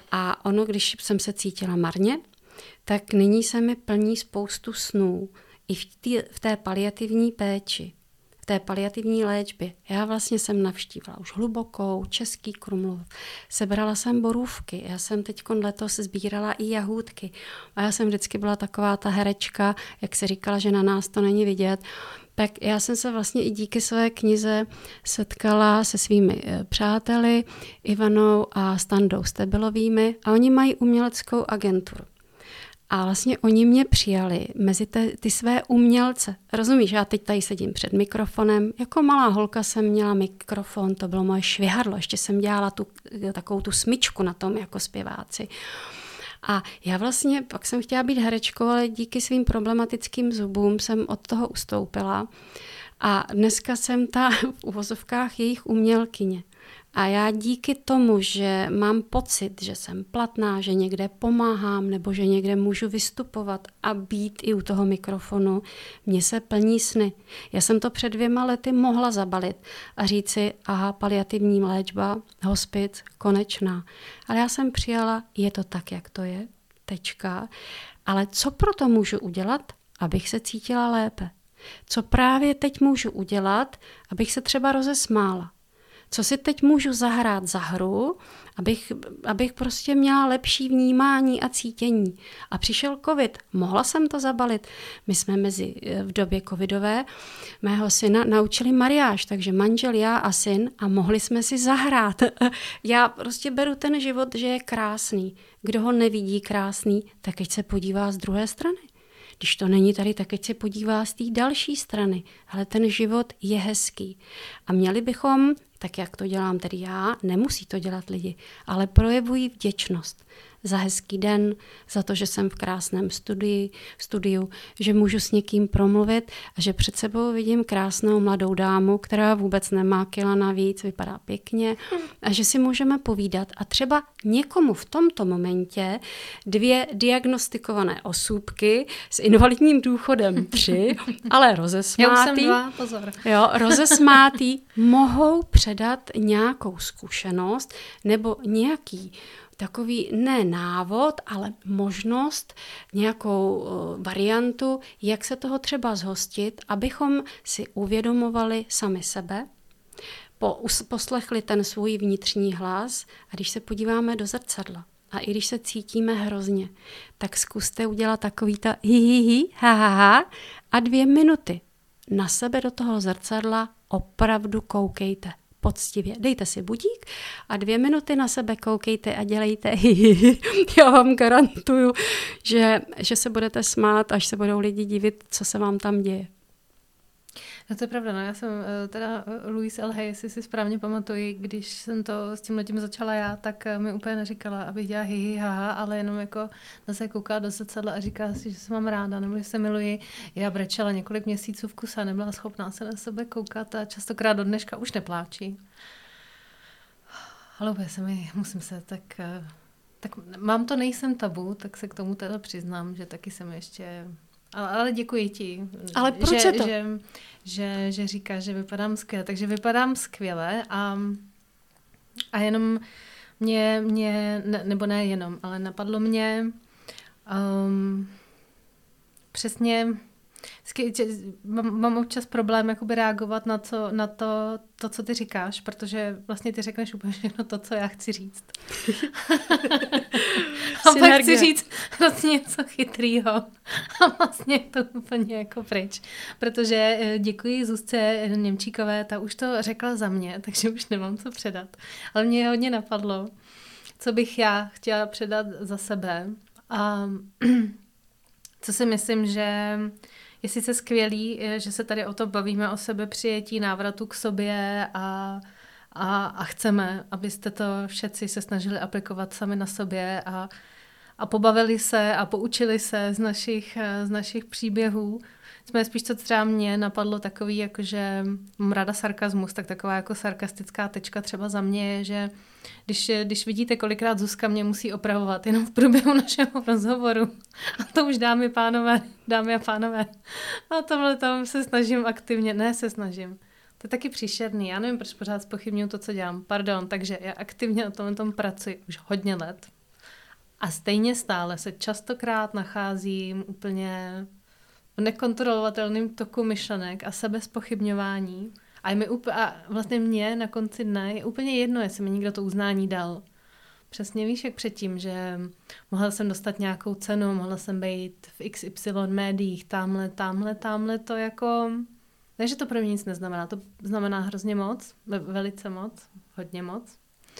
[SPEAKER 2] a ono, když jsem se cítila marně, tak nyní se mi plní spoustu snů. I v, tý, v té paliativní péči, v té paliativní léčbě. Já vlastně jsem navštívila už hlubokou, Český Krumlov. Sebrala jsem borůvky. Já jsem teď letos sbírala i jahůdky. A já jsem vždycky byla taková ta herečka, jak se říkala, že na nás to není vidět. Tak já jsem se vlastně i díky své knize setkala se svými přáteli, Ivanou a Standou Stebilovými, a oni mají uměleckou agenturu. A vlastně oni mě přijali mezi ty, ty své umělce. Rozumíš, já teď tady sedím před mikrofonem. Jako malá holka jsem měla mikrofon, to bylo moje švihadlo. Ještě jsem dělala tu, takovou tu smyčku na tom jako zpěváci. A já vlastně, pak jsem chtěla být herečkou, ale díky svým problematickým zubům jsem od toho ustoupila. A dneska jsem ta v uvozovkách jejich umělkyně. A já díky tomu, že mám pocit, že jsem platná, že někde pomáhám nebo že někde můžu vystupovat a být i u toho mikrofonu, mně se plní sny. Já jsem to před dvěma lety mohla zabalit a říct si, aha, paliativní léčba, hospic, konečná. Ale já jsem přijala, je to tak, jak to je, tečka. Ale co pro to můžu udělat, abych se cítila lépe? Co právě teď můžu udělat, abych se třeba rozesmála? Co si teď můžu zahrát za hru, abych, abych prostě měla lepší vnímání a cítění. A přišel covid, mohla jsem to zabalit. My jsme mezi v době covidové mého syna naučili mariáž, takže manžel, já a syn, a mohli jsme si zahrát. Já prostě beru ten život, že je krásný. Kdo ho nevidí krásný, tak ať se podívá z druhé strany. Když to není tady, tak ať se podívá z té další strany. Ale ten život je hezký. A měli bychom, tak jak to dělám tedy já, nemusí to dělat lidi, ale projevují vděčnost za hezký den, za to, že jsem v krásném studii, studiu, že můžu s někým promluvit a že před sebou vidím krásnou mladou dámu, která vůbec nemá kila navíc, vypadá pěkně a že si můžeme povídat. A třeba někomu v tomto momentě dvě diagnostikované osůbky s invalidním důchodem tři, ale rozesmátý,
[SPEAKER 1] Já už jsem dva, pozor.
[SPEAKER 2] Jo, rozesmátý mohou předat nějakou zkušenost nebo nějaký takový ne návod, ale možnost, nějakou uh, variantu, jak se toho třeba zhostit, abychom si uvědomovali sami sebe, po, us, poslechli ten svůj vnitřní hlas a když se podíváme do zrcadla a i když se cítíme hrozně, tak zkuste udělat takový ta hi, hi, hi, ha, ha, ha a dvě minuty na sebe do toho zrcadla opravdu koukejte. Poctivě. Dejte si budík a dvě minuty na sebe koukejte a dělejte hihihi. Já vám garantuju, že, že se budete smát, až se budou lidi divit, co se vám tam děje.
[SPEAKER 1] No to je pravda, no já jsem teda Louise L. Hay, jestli si správně pamatuji, když jsem to s tímhletím začala já, tak mi úplně neříkala, abych dělala hi, hi, ha, ha, ale jenom jako se koukala do zrcadla a říkala si, že se mám ráda, nebo že se miluji. Já brečela několik měsíců v kuse a nebyla schopná se na sebe koukat a častokrát do dneška už nepláčí. Ale úplně se mi, musím se tak Tak mám to nejsem tabu, tak se k tomu teda přiznám, že taky jsem ještě... Ale, ale děkuji ti.
[SPEAKER 2] Ale proč
[SPEAKER 1] že,
[SPEAKER 2] je to?
[SPEAKER 1] Že, že, že říkáš, že vypadám skvěle. Takže vypadám skvěle a, a jenom mě, mě ne, nebo ne jenom, ale napadlo mě um, přesně... Mám, mám občas problém jakoby reagovat na, co, na to, to, co ty říkáš, protože vlastně ty řekneš úplně všechno to, co já chci říct. A pak chci říct vlastně něco chytrýho a vlastně je to úplně jako pryč. Protože děkuji Zuzce Němčíkové, ta už to řekla za mě, takže už nemám co předat. Ale mě hodně napadlo, co bych já chtěla předat za sebe. A co si myslím, že je sice skvělý, že se tady o to bavíme, o sebepřijetí, návratu k sobě a, a, a chceme, abyste to všetci se snažili aplikovat sami na sobě a, a pobavili se a poučili se z našich, z našich příběhů. Jsme spíš, co třeba mě napadlo takový, jakože mám ráda sarkazmus, tak taková jako sarkastická tečka třeba za mě je, že když, když vidíte, kolikrát Zuzka mě musí opravovat jenom v průběhu našeho rozhovoru. A to už dámy, pánové, dámy a pánové. A tomhle tom se snažím aktivně, ne se snažím. To je taky příšerný, já nevím, proč pořád zpochybňuji to, co dělám. Pardon, takže já aktivně na tom, tom pracuji už hodně let. A stejně stále se častokrát nacházím úplně v nekontrolovatelném toku myšlenek a sebezpochybňování. A, je mi up- a vlastně mě na konci dne je úplně jedno, jestli mi někdo to uznání dal. Přesně víš, jak předtím, že mohla jsem dostat nějakou cenu, mohla jsem být v iks ypsilon médiích, tamhle, tamhle, tamhle, to jako... Ne, že to pro mě nic neznamená, to znamená hrozně moc, velice moc, hodně moc.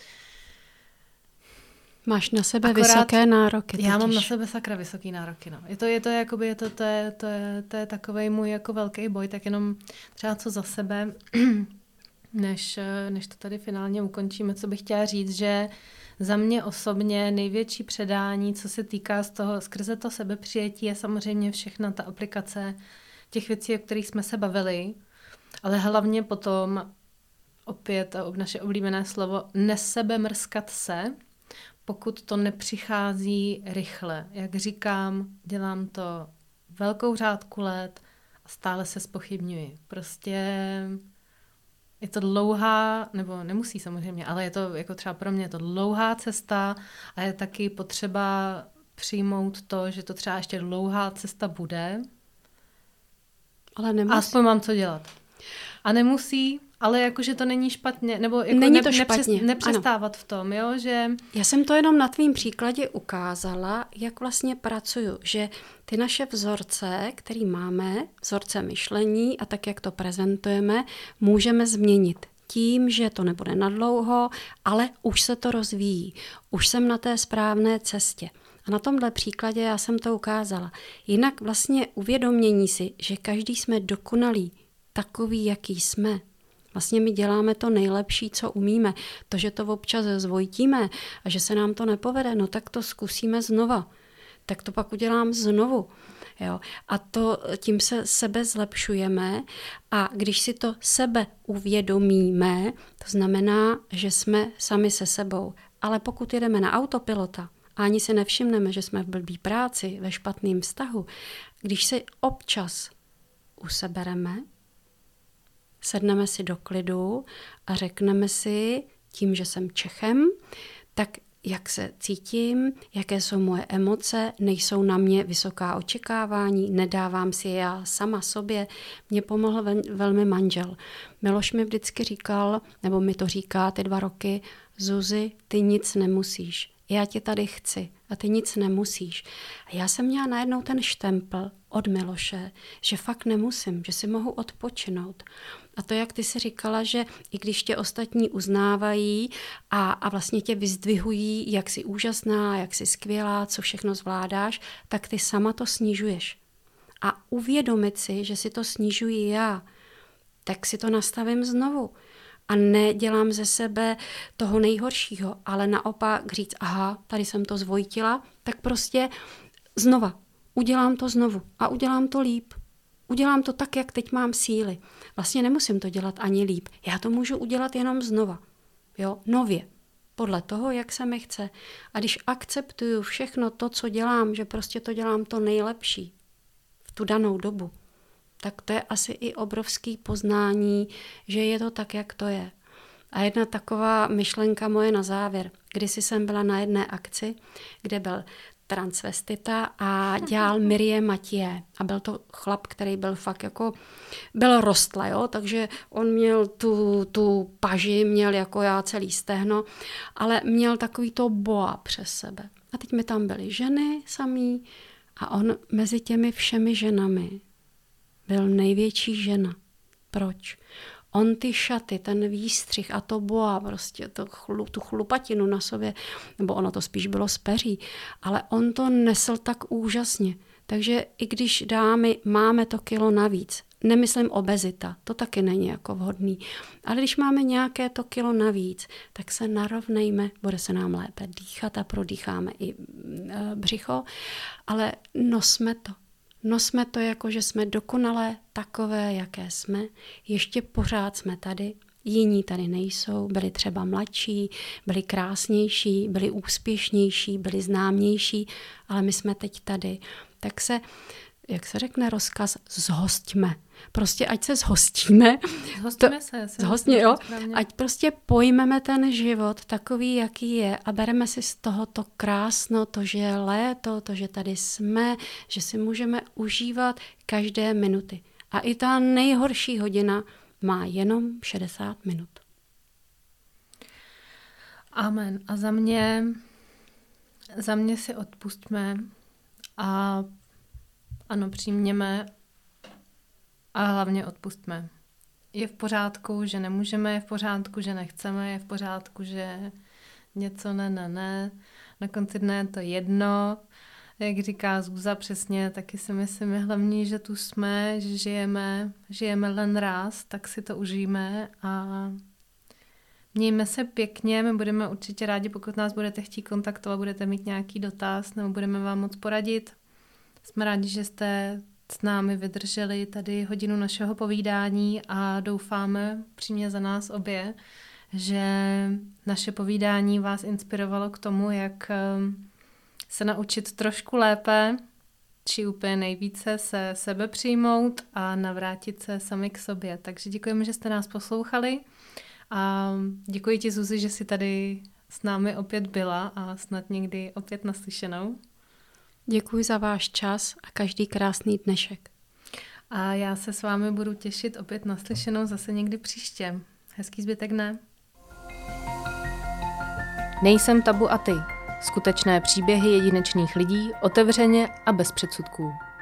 [SPEAKER 2] Máš na sebe
[SPEAKER 1] Akorát
[SPEAKER 2] vysoké nároky.
[SPEAKER 1] Já
[SPEAKER 2] totiž.
[SPEAKER 1] mám na sebe sakra vysoký nároky, no. Je to, je to, jakoby, je to, to, je, to, je, to je takovej můj jako velký boj, tak jenom třeba co za sebe, než, než to tady finálně ukončíme, co bych chtěla říct, že za mě osobně největší předání, co se týká z toho, skrze to sebepřijetí, je samozřejmě všechna ta aplikace těch věcí, o kterých jsme se bavili, ale hlavně potom opět naše oblíbené slovo nesebemrskat se, pokud to nepřichází rychle. Jak říkám, dělám to velkou řádku let a stále se zpochybňuji. Prostě je to dlouhá, nebo nemusí samozřejmě, ale je to jako třeba pro mě je to dlouhá cesta a je taky potřeba přijmout to, že to třeba ještě dlouhá cesta bude.
[SPEAKER 2] Ale nemusí.
[SPEAKER 1] Aspoň mám co dělat. A nemusí, ale jakože to není špatně, nebo jako
[SPEAKER 2] není
[SPEAKER 1] ne,
[SPEAKER 2] to špatně.
[SPEAKER 1] Nepřes, nepřestávat ano. v tom, jo, že...
[SPEAKER 2] Já jsem to jenom na tvým příkladě ukázala, jak vlastně pracuju, že ty naše vzorce, který máme, vzorce myšlení a tak, jak to prezentujeme, můžeme změnit tím, že to nebude nadlouho, ale už se to rozvíjí. Už jsem na té správné cestě. A na tomhle příkladě já jsem to ukázala. Jinak vlastně uvědomění si, že každý jsme dokonalí, takový, jaký jsme. Vlastně my děláme to nejlepší, co umíme. To, že to občas zvojtíme a že se nám to nepovede, no tak to zkusíme znova. Tak to pak udělám znovu. Jo. A to tím se sebe zlepšujeme a když si to sebe uvědomíme, to znamená, že jsme sami se sebou. Ale pokud jedeme na autopilota a ani si nevšimneme, že jsme v blbý práci, ve špatném vztahu, když si občas usebereme, sedneme si do klidu a řekneme si, tím, že jsem Čechem, tak jak se cítím, jaké jsou moje emoce, nejsou na mě vysoká očekávání, nedávám si je já sama sobě. Mně pomohl vel, velmi manžel. Miloš mi vždycky říkal, nebo mi to říká ty dva roky, Zuzi, ty nic nemusíš. Já tě tady chci a ty nic nemusíš. A já jsem měla najednou ten štempel od Miloše, že fakt nemusím, že si mohu odpočinout. A to, jak ty si říkala, že i když tě ostatní uznávají a, a vlastně tě vyzdvihují, jak jsi úžasná, jak jsi skvělá, co všechno zvládáš, tak ty sama to snižuješ. A uvědomit si, že si to snižuji já, tak si to nastavím znovu. A nedělám ze sebe toho nejhoršího, ale naopak říct, aha, tady jsem to zvojtila, tak prostě znova, udělám to znovu a udělám to líp. Udělám to tak, jak teď mám síly. Vlastně nemusím to dělat ani líp. Já to můžu udělat jenom znova. Jo, nově. podle toho, jak se mi chce. A když akceptuju všechno to, co dělám, že prostě to dělám to nejlepší v tu danou dobu, tak to je asi i obrovský poznání, že je to tak, jak to je. A jedna taková myšlenka moje na závěr. Kdysi jsem byla na jedné akci, kde byl transvestita a dělal Mireille Mathieu. A byl to chlap, který byl fakt jako, byl rostlý, jo, takže on měl tu, tu paži, měl jako já celý stehno, ale měl takový to boa přes sebe. A teď mi tam byly ženy samý a on mezi těmi všemi ženami byl největší žena. Proč? On ty šaty, ten výstřih a to boa, prostě to chlu, tu chlupatinu na sobě, nebo ono to spíš bylo z peří, ale on to nesl tak úžasně. Takže i když dámy máme to kilo navíc, nemyslím obezita, to taky není jako vhodný, ale když máme nějaké to kilo navíc, tak se narovnejme, bude se nám lépe dýchat a prodýcháme i břicho, ale nosme to. Nosme to jako, že jsme dokonalé takové, jaké jsme. Ještě pořád jsme tady, jiní tady nejsou, byli třeba mladší, byli krásnější, byli úspěšnější, byli známější, ale my jsme teď tady. Tak se, jak se řekne rozkaz, zhosťme. Prostě ať se zhostíme.
[SPEAKER 1] Zhostíme to, se.
[SPEAKER 2] Zhostně, jo. Ať prostě pojmeme ten život takový, jaký je a bereme si z toho to krásno, to, že je léto, to, že tady jsme, že si můžeme užívat každé minuty. A i ta nejhorší hodina má jenom šedesát minut.
[SPEAKER 1] Amen. A za mě, za mě si odpustme a ano, přijměme a hlavně odpustme. Je v pořádku, že nemůžeme, je v pořádku, že nechceme, je v pořádku, že něco ne, ne, ne. Na konci dne je to jedno. Jak říká Zúza přesně, taky si myslím, je hlavní, že tu jsme, že žijeme, žijeme len raz, tak si to užijeme a mějme se pěkně, my budeme určitě rádi, pokud nás budete chtít kontaktovat, budete mít nějaký dotaz nebo budeme vám moc poradit. Jsme rádi, že jste s námi vydrželi tady hodinu našeho povídání a doufáme přímě za nás obě, že naše povídání vás inspirovalo k tomu, jak se naučit trošku lépe, či úplně nejvíce se sebe přijmout a navrátit se sami k sobě. Takže děkujeme, že jste nás poslouchali a děkuji ti, Zuzi, že jsi tady s námi opět byla a snad někdy opět naslyšenou.
[SPEAKER 2] Děkuji za váš čas a každý krásný dnešek.
[SPEAKER 1] A já se s vámi budu těšit opět naslyšenou zase někdy příště. Hezký zbytek dne. Nejsem tabu a ty. Skutečné příběhy jedinečných lidí, otevřeně a bez předsudků.